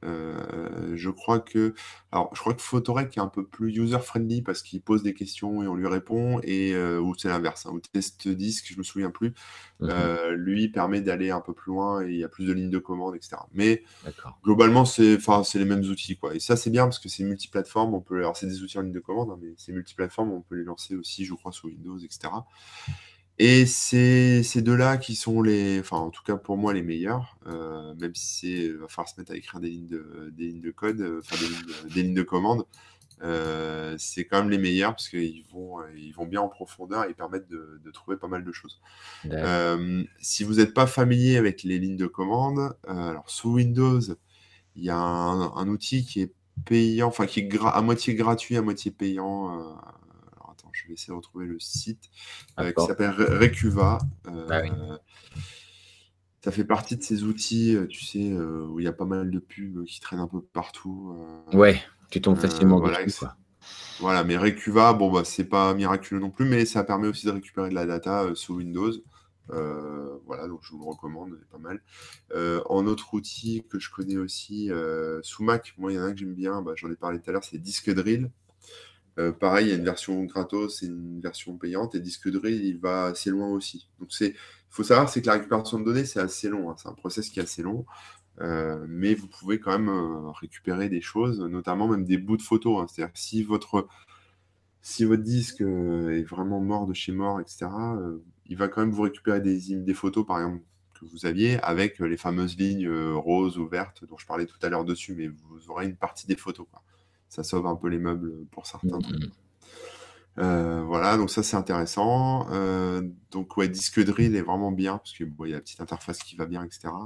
Je crois que Photorec est un peu plus user-friendly parce qu'il pose des questions et on lui répond, ou c'est l'inverse, hein, ou TestDisk, je me souviens plus, lui permet d'aller un peu plus loin et il y a plus de lignes de commande, etc. Mais D'accord. globalement, c'est les mêmes outils, quoi. Et ça, c'est bien parce que c'est multiplateforme. Alors, c'est des outils en ligne de commande, hein, mais c'est multiplateforme. On peut les lancer aussi, je crois, sous Windows, etc. Et c'est ces deux-là qui sont enfin, en tout cas pour moi, les meilleurs. Même si va falloir se mettre à écrire des lignes de code, enfin des lignes de commande. C'est quand même les meilleurs parce ils vont bien en profondeur et ils permettent de trouver pas mal de choses. Si vous n'êtes pas familier avec les lignes de commande, alors sous Windows, il y a un outil qui est payant, enfin qui est à moitié gratuit, à moitié payant. Alors attends, je vais essayer de retrouver le site qui s'appelle Recuva. Ah oui. Ça fait partie de ces outils, tu sais, où il y a pas mal de pubs qui traînent un peu partout. Ouais, tu tombes facilement Voilà, dessus, quoi. voilà, mais Recuva, bon, bah, c'est pas miraculeux non plus, mais ça permet aussi de récupérer de la data sous Windows. Voilà, donc je vous le recommande, c'est pas mal. En autre outil que je connais aussi, sous Mac, moi, il y en a un que j'aime bien, bah, j'en ai parlé tout à l'heure, c'est Disk Drill. Pareil, il y a une version gratos et une version payante, et Disk Drill, il va assez loin aussi. Donc, il faut savoir, c'est que la récupération de données, c'est assez long, hein, c'est un process qui est assez long. Mais vous pouvez quand même récupérer des choses, notamment même des bouts de photos, hein. C'est-à-dire que si votre disque est vraiment mort de chez mort, etc., il va quand même vous récupérer des photos, par exemple, que vous aviez, avec les fameuses lignes roses ou vertes dont je parlais tout à l'heure dessus, mais vous aurez une partie des photos, quoi. Ça sauve un peu les meubles pour certains trucs. Voilà, donc ça c'est intéressant. Donc ouais, Disque Drill est vraiment bien, parce que bon, il y a la petite interface qui va bien, etc.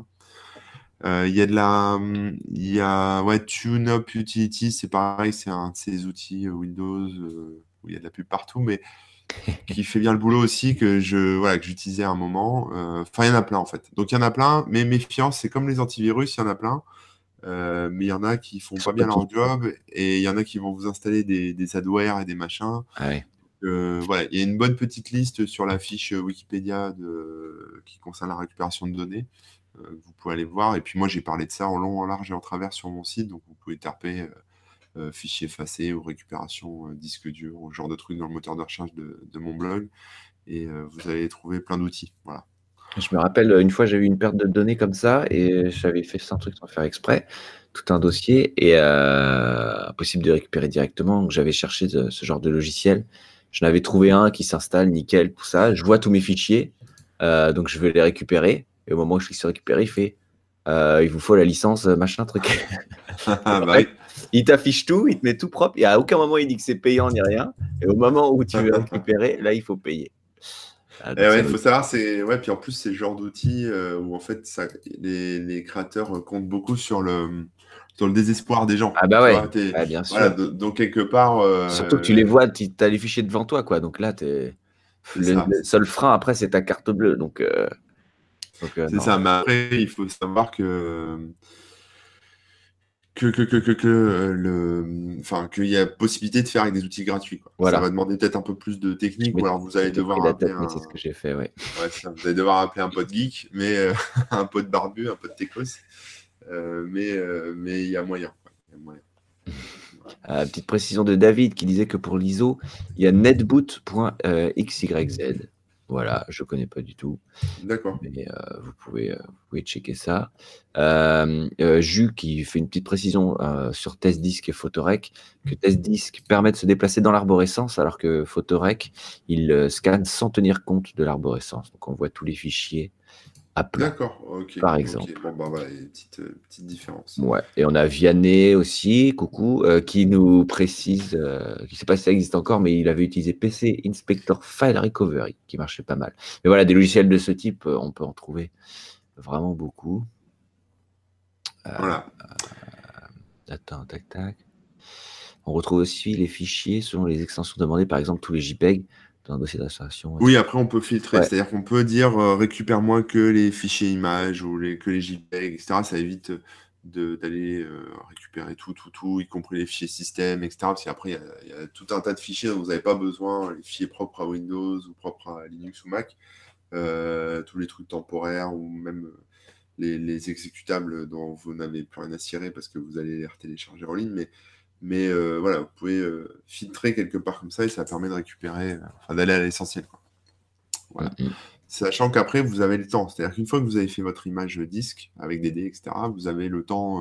Il y a ouais, TuneUp Utilities, c'est pareil, c'est un de ces outils Windows où il y a de la pub partout, mais qui fait bien le boulot aussi, voilà, que j'utilisais à un moment. Enfin, il y en a plein en fait. Donc il y en a plein, mais méfiance, c'est comme les antivirus, il y en a plein. Mais il y en a qui font pas bien Petit. leur job et il y en a qui vont vous installer des adwares et des machins. Ah ouais. Voilà, il y a une bonne petite liste sur la fiche Wikipédia qui concerne la récupération de données. Vous pouvez aller voir. Et puis moi, j'ai parlé de ça en long, en large et en travers sur mon site. Donc vous pouvez taper fichier effacé ou récupération disque dur ou ce genre de trucs dans le moteur de recherche de mon blog. Et vous allez trouver plein d'outils. Voilà. Je me rappelle, une fois, j'ai eu une perte de données comme ça et j'avais fait un truc sans faire exprès, tout un dossier et impossible de récupérer directement. Donc, j'avais cherché ce genre de logiciel. J'en avais trouvé un qui s'installe, nickel, tout ça. Je vois tous mes fichiers, donc je vais les récupérer. Et au moment où je clique sur récupérer, il fait il vous faut la licence, machin, truc. Ah, En bah fait, oui. il t'affiche tout, il te met tout propre et à aucun moment il dit que c'est payant ni rien. Et au moment où tu veux récupérer, là, il faut payer. Et Donc ouais, ça, il faut savoir, ouais, puis en plus, c'est le genre d'outils où en fait, les créateurs comptent beaucoup sur le désespoir des gens. ah bah Tu ouais, vois, ouais, bien voilà, sûr. donc quelque part, Surtout que tu les vois, tu as les fichiers devant toi, quoi. Donc là, c'est le ça. seul frein après, c'est ta carte bleue. Donc, Donc, C'est non. ça. Mais après, il faut savoir qu'il y a possibilité de faire avec des outils gratuits, quoi. Ça Voilà. va demander peut-être un peu plus de Je technique, ou m'étais alors vous je allez m'étais pris devoir la appeler tête, mais c'est ce que j'ai fait, ouais. ouais, ça, vous allez devoir appeler un pote geek, mais un pote barbu, un pote techos. Mais il y a moyen, quoi. Il y a moyen. Petite précision de David qui disait que pour l'ISO, il y a netboot.xyz. Voilà, je ne connais pas du tout, D'accord. mais vous pouvez checker ça. Jus qui fait une petite précision sur TestDisk et Photorec, que TestDisk permet de se déplacer dans l'arborescence, alors que Photorec, il scanne sans tenir compte de l'arborescence. Donc on voit tous les fichiers à plat, D'accord, ok. par Ok. exemple. Bon, bah voilà, il y a une petite différence. Ouais. Et on a Vianney aussi, coucou, qui nous précise, je ne sais pas si ça existe encore, mais il avait utilisé PC Inspector File Recovery, qui marchait pas mal. Mais voilà, des logiciels de ce type, on peut en trouver vraiment beaucoup. Voilà. Attends, tac, tac. On retrouve aussi les fichiers selon les extensions demandées, par exemple tous les JPEG dans un dossier d'installation. Oui, après, on peut filtrer. Ouais, C'est-à-dire qu'on peut dire récupère-moi que les fichiers images ou que les JPEG, etc. Ça évite d'aller récupérer tout, y compris les fichiers système, etc. Parce qu'après, il y a tout un tas de fichiers dont vous n'avez pas besoin, les fichiers propres à Windows ou propres à Linux ou Mac, tous les trucs temporaires ou même les exécutables dont vous n'avez plus rien à cirer parce que vous allez les retélécharger en ligne. Mais voilà, vous pouvez filtrer quelque part comme ça et ça permet de récupérer, enfin d'aller à l'essentiel, quoi. Voilà. Sachant qu'après, vous avez le temps. C'est-à-dire qu'une fois que vous avez fait votre image disque avec des dés, etc., vous avez le temps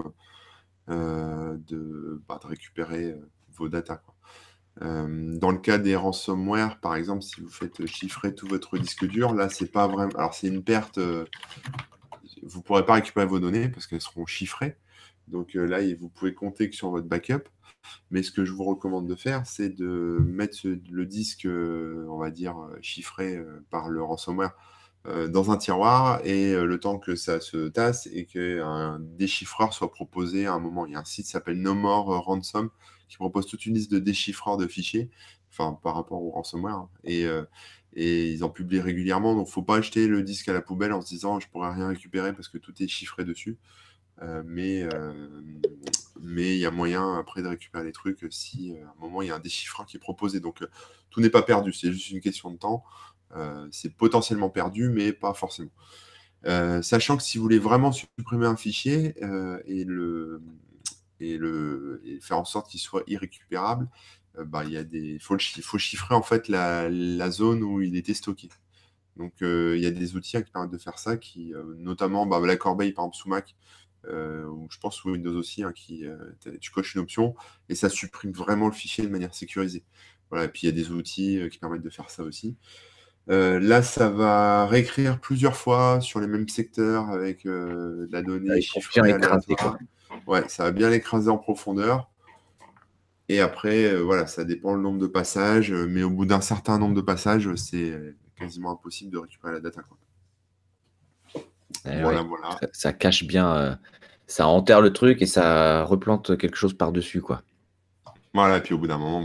de récupérer vos datas, quoi. Dans le cas des ransomware, par exemple, si vous faites chiffrer tout votre disque dur, là, c'est pas vraiment. Alors, c'est une perte. Vous ne pourrez pas récupérer vos données parce qu'elles seront chiffrées. Donc là, vous pouvez compter que sur votre backup. Mais ce que je vous recommande de faire, c'est de mettre le disque, on va dire, chiffré par le ransomware dans un tiroir et le temps que ça se tasse et qu'un déchiffreur soit proposé à un moment. Il y a un site qui s'appelle No More Ransom qui propose toute une liste de déchiffreurs de fichiers, enfin par rapport au ransomware, hein. Et ils en publient régulièrement. Donc, il ne faut pas acheter le disque à la poubelle en se disant je ne pourrai rien récupérer parce que tout est chiffré dessus. Mais il y a moyen après de récupérer les trucs si à un moment il y a un déchiffreur qui est proposé. Donc tout n'est pas perdu, c'est juste une question de temps. C'est potentiellement perdu, mais pas forcément. Sachant que si vous voulez vraiment supprimer un fichier et faire en sorte qu'il soit irrécupérable, il faut chiffrer en fait la zone où il était stocké. Donc il y a des outils qui permettent de faire ça, notamment la Corbeille par exemple sous Mac, ou je pense sous Windows aussi, tu coches une option et ça supprime vraiment le fichier de manière sécurisée. Voilà, et puis il y a des outils qui permettent de faire ça aussi. Là, ça va réécrire plusieurs fois sur les mêmes secteurs avec de la donnée il faut bien chiffrée écraser, quoi. aléatoire. Ouais, ça va bien l'écraser en profondeur. Et après, voilà, ça dépend le nombre de passages, mais au bout d'un certain nombre de passages, c'est quasiment impossible de récupérer la data, quoi. Ouais, Voilà, voilà. ça cache bien, ça enterre le truc et ça replante quelque chose par-dessus, quoi. Voilà, et puis au bout d'un moment,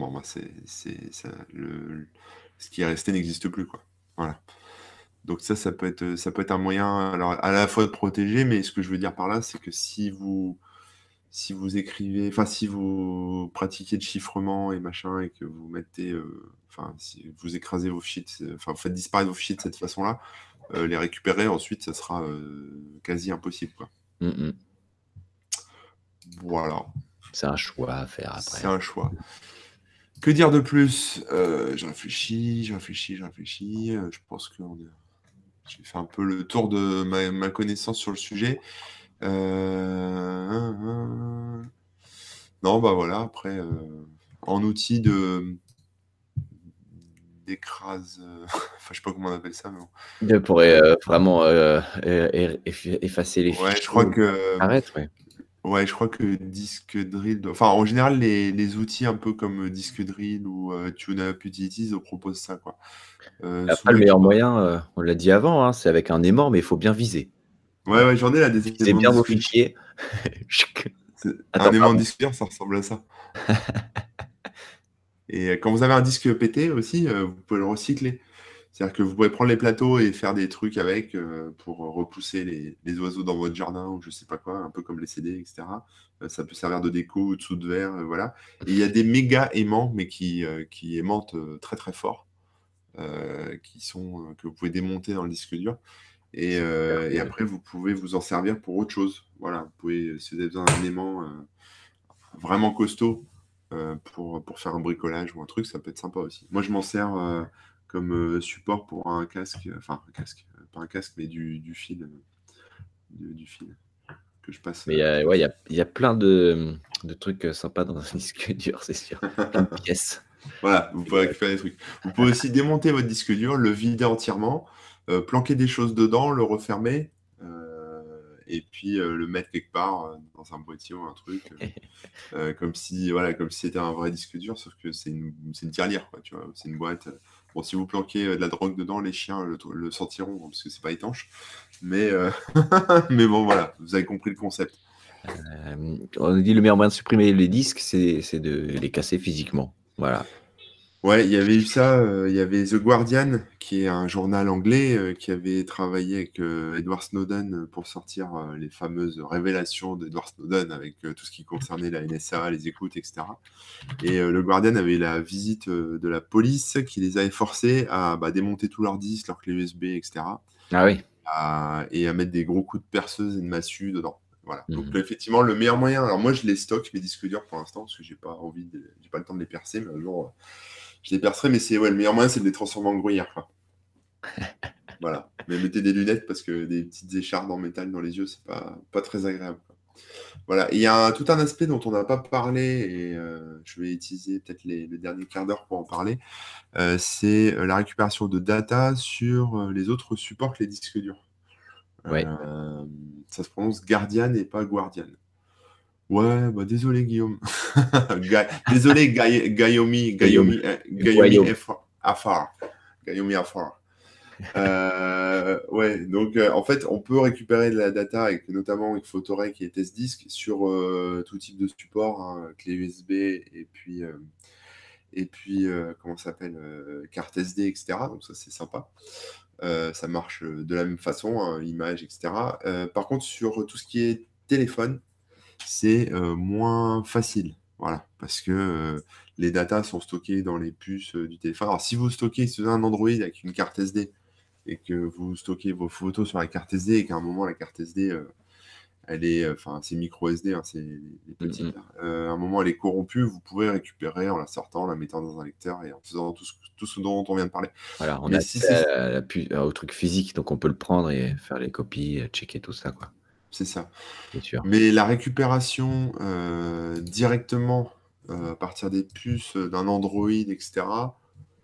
ce qui est resté n'existe plus, quoi. Voilà. Donc ça peut être un moyen, alors à la fois de protéger, mais ce que je veux dire par là, c'est que si vous écrivez, enfin si vous pratiquez le chiffrement et machin et que vous mettez, enfin si vous écrasez vos fichiers, enfin vous faites disparaître vos fichiers de cette façon-là, les récupérer ensuite, ça sera quasi impossible, quoi. Voilà, C'est un choix à faire c'est après. un choix. Que dire de plus? Je réfléchis. Je pense que j'ai fait un peu le tour de ma connaissance sur le sujet. Non, bah voilà, après, en outil d'écrase, enfin, je sais pas comment on appelle ça, mais bon. Il pourrait vraiment effacer les Ouais, je fichiers, crois que, arrête, ouais. ouais, je crois que Disque Drill, enfin, en général, les outils un peu comme Disque Drill ou TuneUp Utilities proposent ça, quoi. Après, le Souvent, meilleur moyen, on l'a dit avant, hein, c'est avec un aimant, mais il faut bien viser. ouais, ouais, j'en ai là des Visez éléments de bien vos disque dur. fichiers. Un Attends, aimant de pardon. disque dur, ça ressemble à ça. Et quand vous avez un disque pété aussi, vous pouvez le recycler. C'est-à-dire que vous pouvez prendre les plateaux et faire des trucs avec pour repousser les oiseaux dans votre jardin ou je sais pas quoi, un peu comme les CD, etc. Ça peut servir de déco ou dessous de verre, voilà. Et il y a des méga aimants, mais qui aimantent très très fort, que vous pouvez démonter dans le disque dur. Et après, vous pouvez vous en servir pour autre chose. Voilà, vous pouvez, si vous avez besoin d'un aimant vraiment costaud pour faire un bricolage ou un truc, ça peut être sympa aussi. Moi, je m'en sers comme support pour un casque, enfin un casque, pas un casque, mais du fil, du fil que je passe. Mais ouais, il y a plein de trucs sympas dans un disque dur, c'est sûr. Plein de pièces. Voilà, vous pouvez récupérer des trucs. Vous pouvez aussi démonter votre disque dur, le vider entièrement, planquer des choses dedans, le refermer, et puis le mettre quelque part dans un boîtier ou un truc, comme si c'était un vrai disque dur, sauf que c'est une tirelire, quoi, tu vois, c'est une boîte. Bon, si vous planquez de la drogue dedans, les chiens le sentiront, hein, parce que c'est pas étanche. Mais, mais bon, voilà, vous avez compris le concept. On dit le meilleur moyen de supprimer les disques, c'est de les casser physiquement. Voilà. Ouais, il y avait eu ça, il y avait The Guardian, qui est un journal anglais, qui avait travaillé avec Edward Snowden pour sortir les fameuses révélations d'Edward Snowden avec tout ce qui concernait la NSA, les écoutes, etc. Et le Guardian avait la visite de la police qui les avait forcés à démonter tous leurs disques, leurs clés USB, etc. Ah oui. Et à mettre des gros coups de perceuse et de massue dedans. Voilà. Donc Mhm. effectivement, le meilleur moyen. Alors moi, je les stocke mes disques durs pour l'instant parce que j'ai pas le temps de les percer, mais un jour, je les percerai. Mais le meilleur moyen, c'est de les transformer en gruyère, quoi. Voilà. Mais mettez des lunettes parce que des petites échardes en métal dans les yeux, c'est pas très agréable, quoi. Voilà. Et il y a tout un aspect dont on n'a pas parlé et je vais utiliser peut-être le dernier quart d'heure pour en parler. C'est la récupération de data sur les autres supports que les disques durs. Ouais. Ça se prononce Guardian et pas Guardian. Ouais, désolé Guillaume. Désolé Guillaume. Guillaume Guillaume. Afar. Guillaume Afar. Ouais, donc en fait, on peut récupérer de la data notamment avec Photorec et TestDisk sur tout type de support, hein, clé USB et puis comment ça s'appelle, carte SD, etc. Donc ça c'est sympa. Ça marche de la même façon, hein, image, etc. Par contre, sur tout ce qui est téléphone, c'est moins facile. Voilà, parce que les datas sont stockées dans les puces du téléphone. Alors, si vous stockez sur un Android avec une carte SD et que vous stockez vos photos sur la carte SD et qu'à un moment, la carte SD, elle est, enfin, c'est micro SD, hein, c'est les petites, là. À un moment, elle est corrompue, vous pouvez récupérer en la sortant, en la mettant dans un lecteur et en faisant tout ce dont on vient de parler. Voilà, on a Mais si c'est accès à au truc physique, donc on peut le prendre et faire les copies, checker tout ça, quoi. c'est ça. C'est sûr. Mais la récupération directement à partir des puces d'un Android, etc.,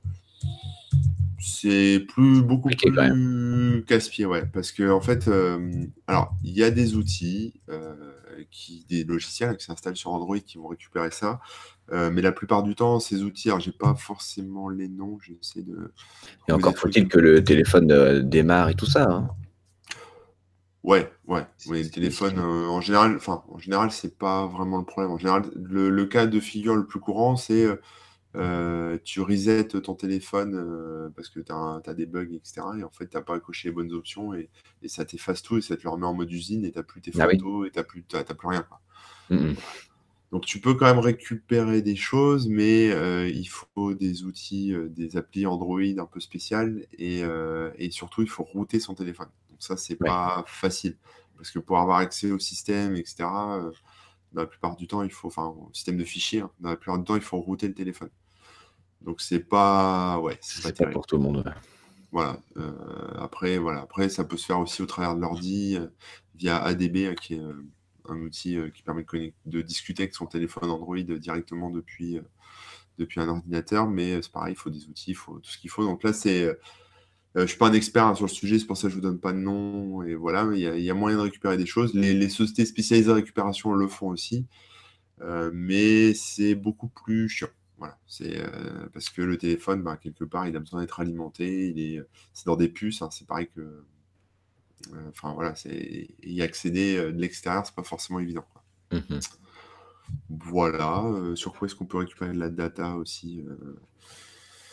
c'est beaucoup Compliqué quand même. plus casse-pied, ouais. Parce que, en fait, alors, il y a des outils, des logiciels qui s'installent sur Android qui vont récupérer ça. Mais la plupart du temps, ces outils, alors, j'ai pas forcément les noms, j'essaie de Et trouver des encore trucs. faut-il que le téléphone démarre et tout ça, hein. Ouais, le C'est téléphone, difficile. en général, c'est pas vraiment le problème. En général, le cas de figure le plus courant, c'est tu resets ton téléphone parce que tu as des bugs, etc. Et en fait, tu n'as pas coché les bonnes options et ça t'efface tout et ça te le remet en mode usine et tu n'as plus tes Ah oui. photos et t'as plus rien, quoi. Mhm. Donc, tu peux quand même récupérer des choses, mais il faut des outils, des applis Android un peu spéciales et surtout, il faut router son téléphone. Donc, ça, c'est Ouais. pas facile parce que pour avoir accès au système, etc., dans la plupart du temps, enfin, au système de fichiers, hein, dans la plupart du temps, il faut router le téléphone. Donc ouais, c'est pas C'est pas terrible. pour tout le monde. Ouais. Voilà. Après, ça peut se faire aussi au travers de l'ordi via ADB, qui est un outil qui permet de discuter avec son téléphone Android directement depuis un ordinateur. Mais c'est pareil, il faut des outils, il faut tout ce qu'il faut. Donc là, je suis pas un expert, hein, sur le sujet, c'est pour ça que je vous donne pas de nom. Et voilà, mais il y a moyen de récupérer des choses. Les sociétés spécialisées en récupération le font aussi. Mais c'est beaucoup plus chiant. Voilà, c'est parce que le téléphone, quelque part, il a besoin d'être alimenté. C'est dans des puces, hein, c'est pareil que, enfin voilà, y accéder de l'extérieur, c'est pas forcément évident, quoi. Mhm. Voilà, sur quoi est-ce qu'on peut récupérer de la data aussi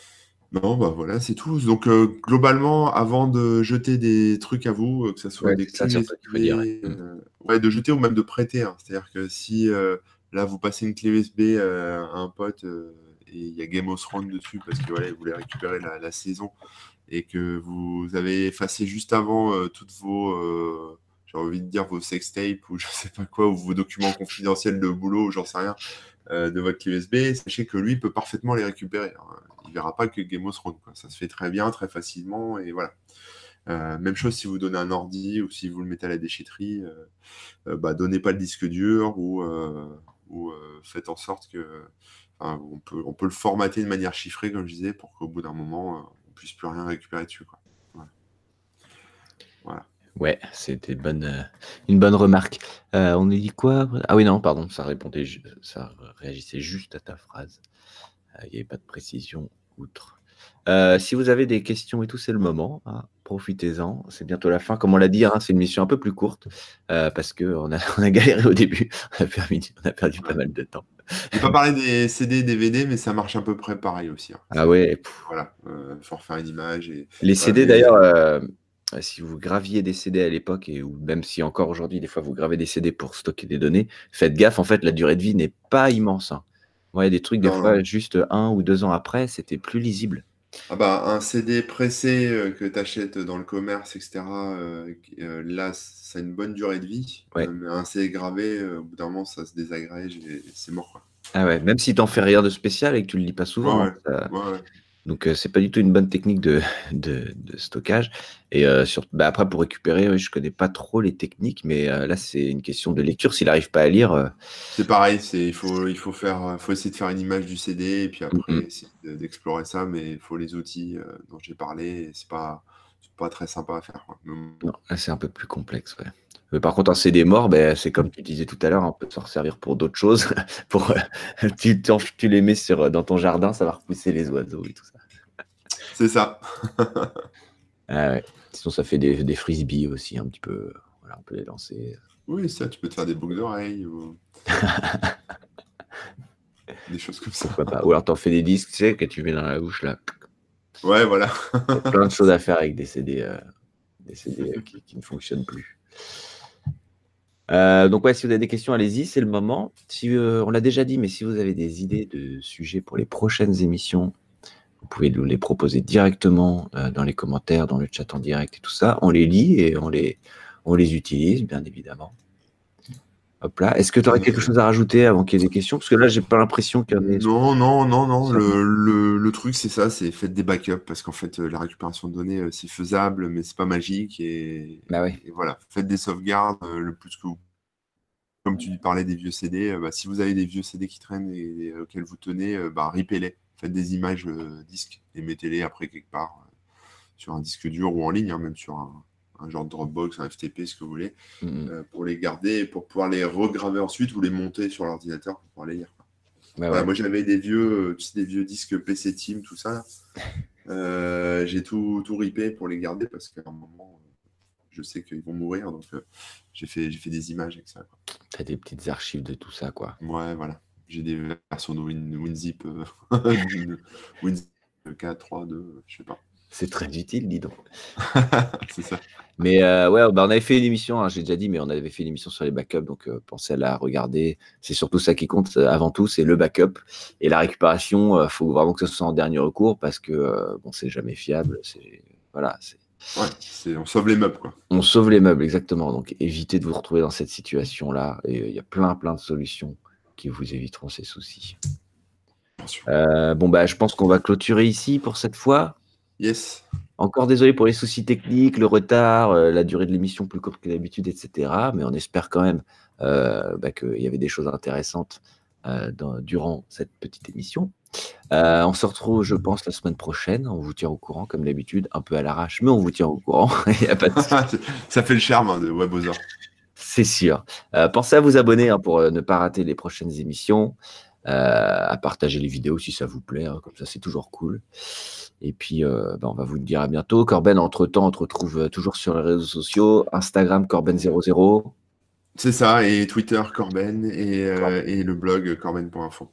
Non, bah voilà, c'est tout. Donc, globalement, avant de jeter des trucs à vous, que ce soit Ouais, des c'est ça clés surtout qu'il faut dire. USB, Ouais. ouais, de jeter ou même de prêter, hein. C'est-à-dire que si là, vous passez une clé USB à un pote et il y a Game of Thrones dessus parce que voilà, il voulait récupérer la saison et que vous avez effacé juste avant toutes vos, j'ai envie de dire vos sextapes ou je sais pas quoi, ou vos documents confidentiels de boulot, ou j'en sais rien, de votre clé USB, sachez que lui peut parfaitement les récupérer, hein. Il verra pas que Game of Thrones, quoi. Ça se fait très bien, très facilement, et voilà. Même chose si vous donnez un ordi ou si vous le mettez à la déchetterie, bah, donnez pas le disque dur ou faites en sorte que, enfin, on peut le formater de manière chiffrée, comme je disais, pour qu'au bout d'un moment, on puisse plus rien récupérer dessus, quoi. Voilà. Voilà. Ouais, c'était une bonne remarque. On a dit quoi? Ah oui, non, pardon, ça réagissait juste à ta phrase. Il n'y avait pas de précision outre. Si vous avez des questions et tout, c'est le moment, hein. Profitez-en. C'est bientôt la fin. Comme on l'a dit, hein, c'est une mission un peu plus courte parce qu'on a, on a galéré au début. On a perdu pas Ouais. mal de temps. J'ai pas parlé des CD, DVD, mais ça marche à peu près pareil aussi, hein. Ah ouais, Voilà, faut refaire une image et les voilà, CD mais d'ailleurs, si vous graviez des CD à l'époque ou même si encore aujourd'hui, des fois, vous gravez des CD pour stocker des données, faites gaffe, en fait, la durée de vie n'est pas immense, hein. Moi, il y a des trucs, des non, non. fois, juste 1 ou 2 ans après, c'était plus lisible. Ah bah, un CD pressé que tu achètes dans le commerce, etc., là, ça a une bonne durée de vie. Ouais. Mais un CD gravé, au bout d'un moment, ça se désagrège et c'est mort, quoi. Ah ouais, même si tu en fais rien de spécial et que tu le lis pas Ouais, souvent, ouais, hein, ça. ouais, ouais. Donc, c'est pas du tout une bonne technique de stockage. Et bah, après, pour récupérer, ouais, je connais pas trop les techniques, mais là, c'est une question de lecture. S'il n'arrive pas à lire, C'est pareil, faut essayer de faire une image du CD et puis mm, après mm. essayer d'explorer ça, mais il faut les outils dont j'ai parlé et c'est pas très sympa à faire, quoi. Mais Non, là, c'est un peu plus complexe, ouais. Mais par contre, un CD mort, ben, c'est comme tu disais tout à l'heure, on peut s'en servir pour d'autres choses. Pour, tu les mets dans ton jardin, ça va repousser les oiseaux et tout ça. c'est ça. Ah ouais. Sinon, ça fait des frisbees aussi, un petit peu. Voilà, on peut les lancer. Oui, ça, tu peux te faire des boucles d'oreilles ou des choses comme ça. Pourquoi pas. Ou alors, t'en fais des disques, tu sais, que tu mets dans la bouche, là. Ouais, voilà. Il y a plein de choses à faire avec des CD qui ne fonctionnent plus. Donc ouais, si vous avez des questions, allez-y, c'est le moment. Si, on l'a déjà dit, mais si vous avez des idées de sujets pour les prochaines émissions, vous pouvez nous les proposer directement dans les commentaires, dans le chat en direct et tout ça. On les lit et on les utilise, bien évidemment. Hop là. Est-ce que tu aurais quelque chose à rajouter avant qu'il y ait des questions? Parce que là, j'ai pas l'impression qu'il y en ait Non, non, non, non. spécialement. Le truc, c'est ça, c'est faites des backups parce qu'en fait, la récupération de données, c'est faisable, mais c'est pas magique. Bah ouais. Et voilà, faites des sauvegardes le plus que vous. Comme tu parlais des vieux CD, bah, si vous avez des vieux CD qui traînent et auxquels vous tenez, bah, ripez-les. Faites des images disques et mettez-les après quelque part sur un disque dur ou en ligne, hein, même sur un genre de Dropbox, un FTP, ce que vous voulez, pour les garder et pour pouvoir les regraver ensuite ou les monter sur l'ordinateur pour pouvoir les lire, quoi. Bah Voilà, ouais. moi j'avais des vieux, tu sais, des vieux disques PC Team, tout ça. J'ai tout ripé pour les garder parce qu'à un moment, je sais qu'ils vont mourir, donc j'ai fait des images avec ça, quoi. T'as des petites archives de tout ça, quoi. Ouais, voilà. J'ai des versions de WinZip, WinZip 4, 3, 2, je sais pas. C'est très utile, dis donc. C'est ça. Mais ouais, bah, on avait fait une émission, hein, j'ai déjà dit, mais on avait fait une émission sur les backups, donc pensez à la regarder. C'est surtout ça qui compte avant tout, c'est le backup. Et la récupération, il faut vraiment que ce soit en dernier recours parce que bon, c'est jamais fiable. Voilà, Ouais, on sauve les meubles, quoi. on sauve les meubles, exactement. Donc évitez de vous retrouver dans cette situation-là. Et il y a plein de solutions qui vous éviteront ces soucis. Bien sûr. Bon, bah, je pense qu'on va clôturer ici pour cette fois. Yes. Encore désolé pour les soucis techniques, le retard, la durée de l'émission plus courte que d'habitude, etc. Mais on espère quand même qu'il y avait des choses intéressantes durant cette petite émission. On se retrouve, je pense, la semaine prochaine. On vous tient au courant, comme d'habitude, un peu à l'arrache, mais on vous tient au courant. Il y a pas de souci. Ça fait le charme, hein, de Webosaur. C'est sûr. Pensez à vous abonner, hein, pour ne pas rater les prochaines émissions. À partager les vidéos si ça vous plaît, hein, comme ça c'est toujours cool. Et puis on va vous le dire à bientôt. Corben, entre-temps, on te retrouve toujours sur les réseaux sociaux, Instagram Corben00. C'est ça, et Twitter Corben et le blog corben.info.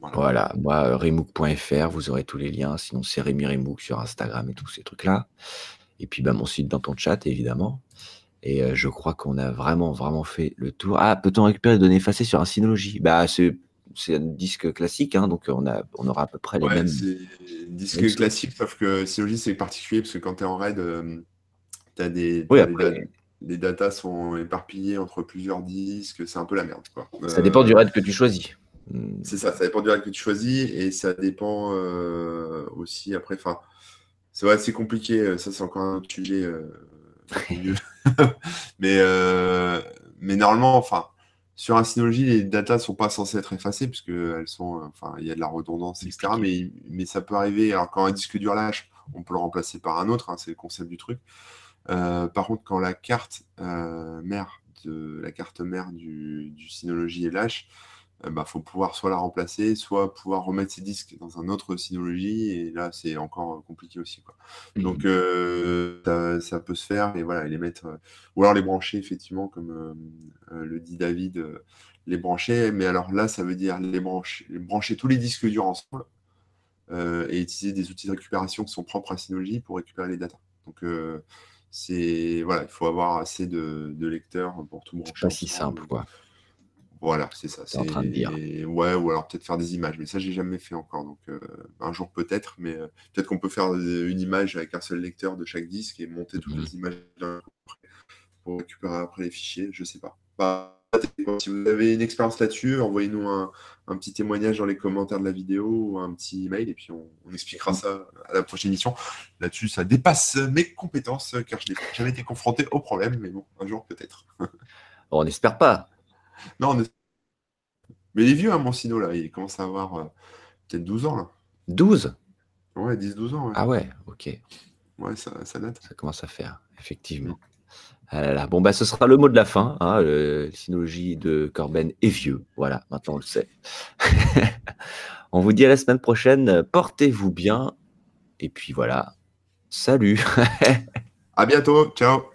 Voilà. Voilà, moi, remook.fr, vous aurez tous les liens. Sinon, c'est Rémi Remook sur Instagram et tous ces trucs-là. Et puis, bah, mon site dans ton chat, évidemment. Et je crois qu'on a vraiment, vraiment fait le tour. Ah, peut-on récupérer les données effacées sur un Synology? Bah, c'est un disque classique, hein, donc on aura à peu près les Ouais, mêmes, c'est mêmes disque sources. classique, sauf que Synology, c'est particulier parce que quand tu es en RAID, Oui, les après, les datas sont éparpillées entre plusieurs disques, c'est un peu la merde, quoi. ça dépend du RAID que tu choisis. Hmm. C'est ça dépend du RAID que tu choisis et ça dépend aussi après. Enfin, c'est vrai, c'est compliqué. Ça, c'est encore un autre sujet beaucoup mieux. Mais, mais normalement, enfin, sur un Synology, les datas sont pas censées être effacées puisque elles sont, enfin, il y a de la redondance, etc. Dupliqué. Mais ça peut arriver. Alors, quand un disque dur lâche, on peut le remplacer par un autre, hein, c'est le concept du truc. Par contre, quand la carte mère du Synology est lâche, bah, faut pouvoir soit la remplacer, soit pouvoir remettre ses disques dans un autre Synology, et là, c'est encore compliqué aussi, quoi. Donc, Mhm. ça peut se faire, et voilà, et les mettre, ou alors les brancher, effectivement, comme le dit David, les brancher, mais alors là, ça veut dire brancher tous les disques durs ensemble, et utiliser des outils de récupération qui sont propres à Synology pour récupérer les datas. Donc, voilà, il faut avoir assez de lecteurs pour tout C'est brancher pas si simple, ensemble. quoi, Voilà, c'est ça. t'es en train de dire. Ouais, ou alors peut-être faire des images, mais ça, j'ai jamais fait encore. Donc, un jour peut-être, mais peut-être qu'on peut faire une image avec un seul lecteur de chaque disque et monter toutes Mhm. les images d'un coup pour récupérer après les fichiers. Je sais pas. Bah, si vous avez une expérience là-dessus, envoyez-nous un petit témoignage dans les commentaires de la vidéo ou un petit email et puis on expliquera ça à la prochaine émission. Là-dessus, ça dépasse mes compétences car je n'ai jamais été confronté au problème, mais bon, un jour peut-être. Bon, on n'espère pas. Non, mais il est vieux, hein, mon Sino, là. Il commence à avoir peut-être 12 ans, là. 12. Ouais, 10 12 ans, ouais. Ah ouais, ok. Ouais, ça date. Ça commence à faire, Mm. effectivement. Ah là là. Bon, bah, ce sera le mot de la fin, hein, le Synology de Corben est vieux. Voilà, maintenant on le sait. On vous dit à la semaine prochaine. Portez-vous bien. Et puis voilà. Salut. À bientôt. Ciao.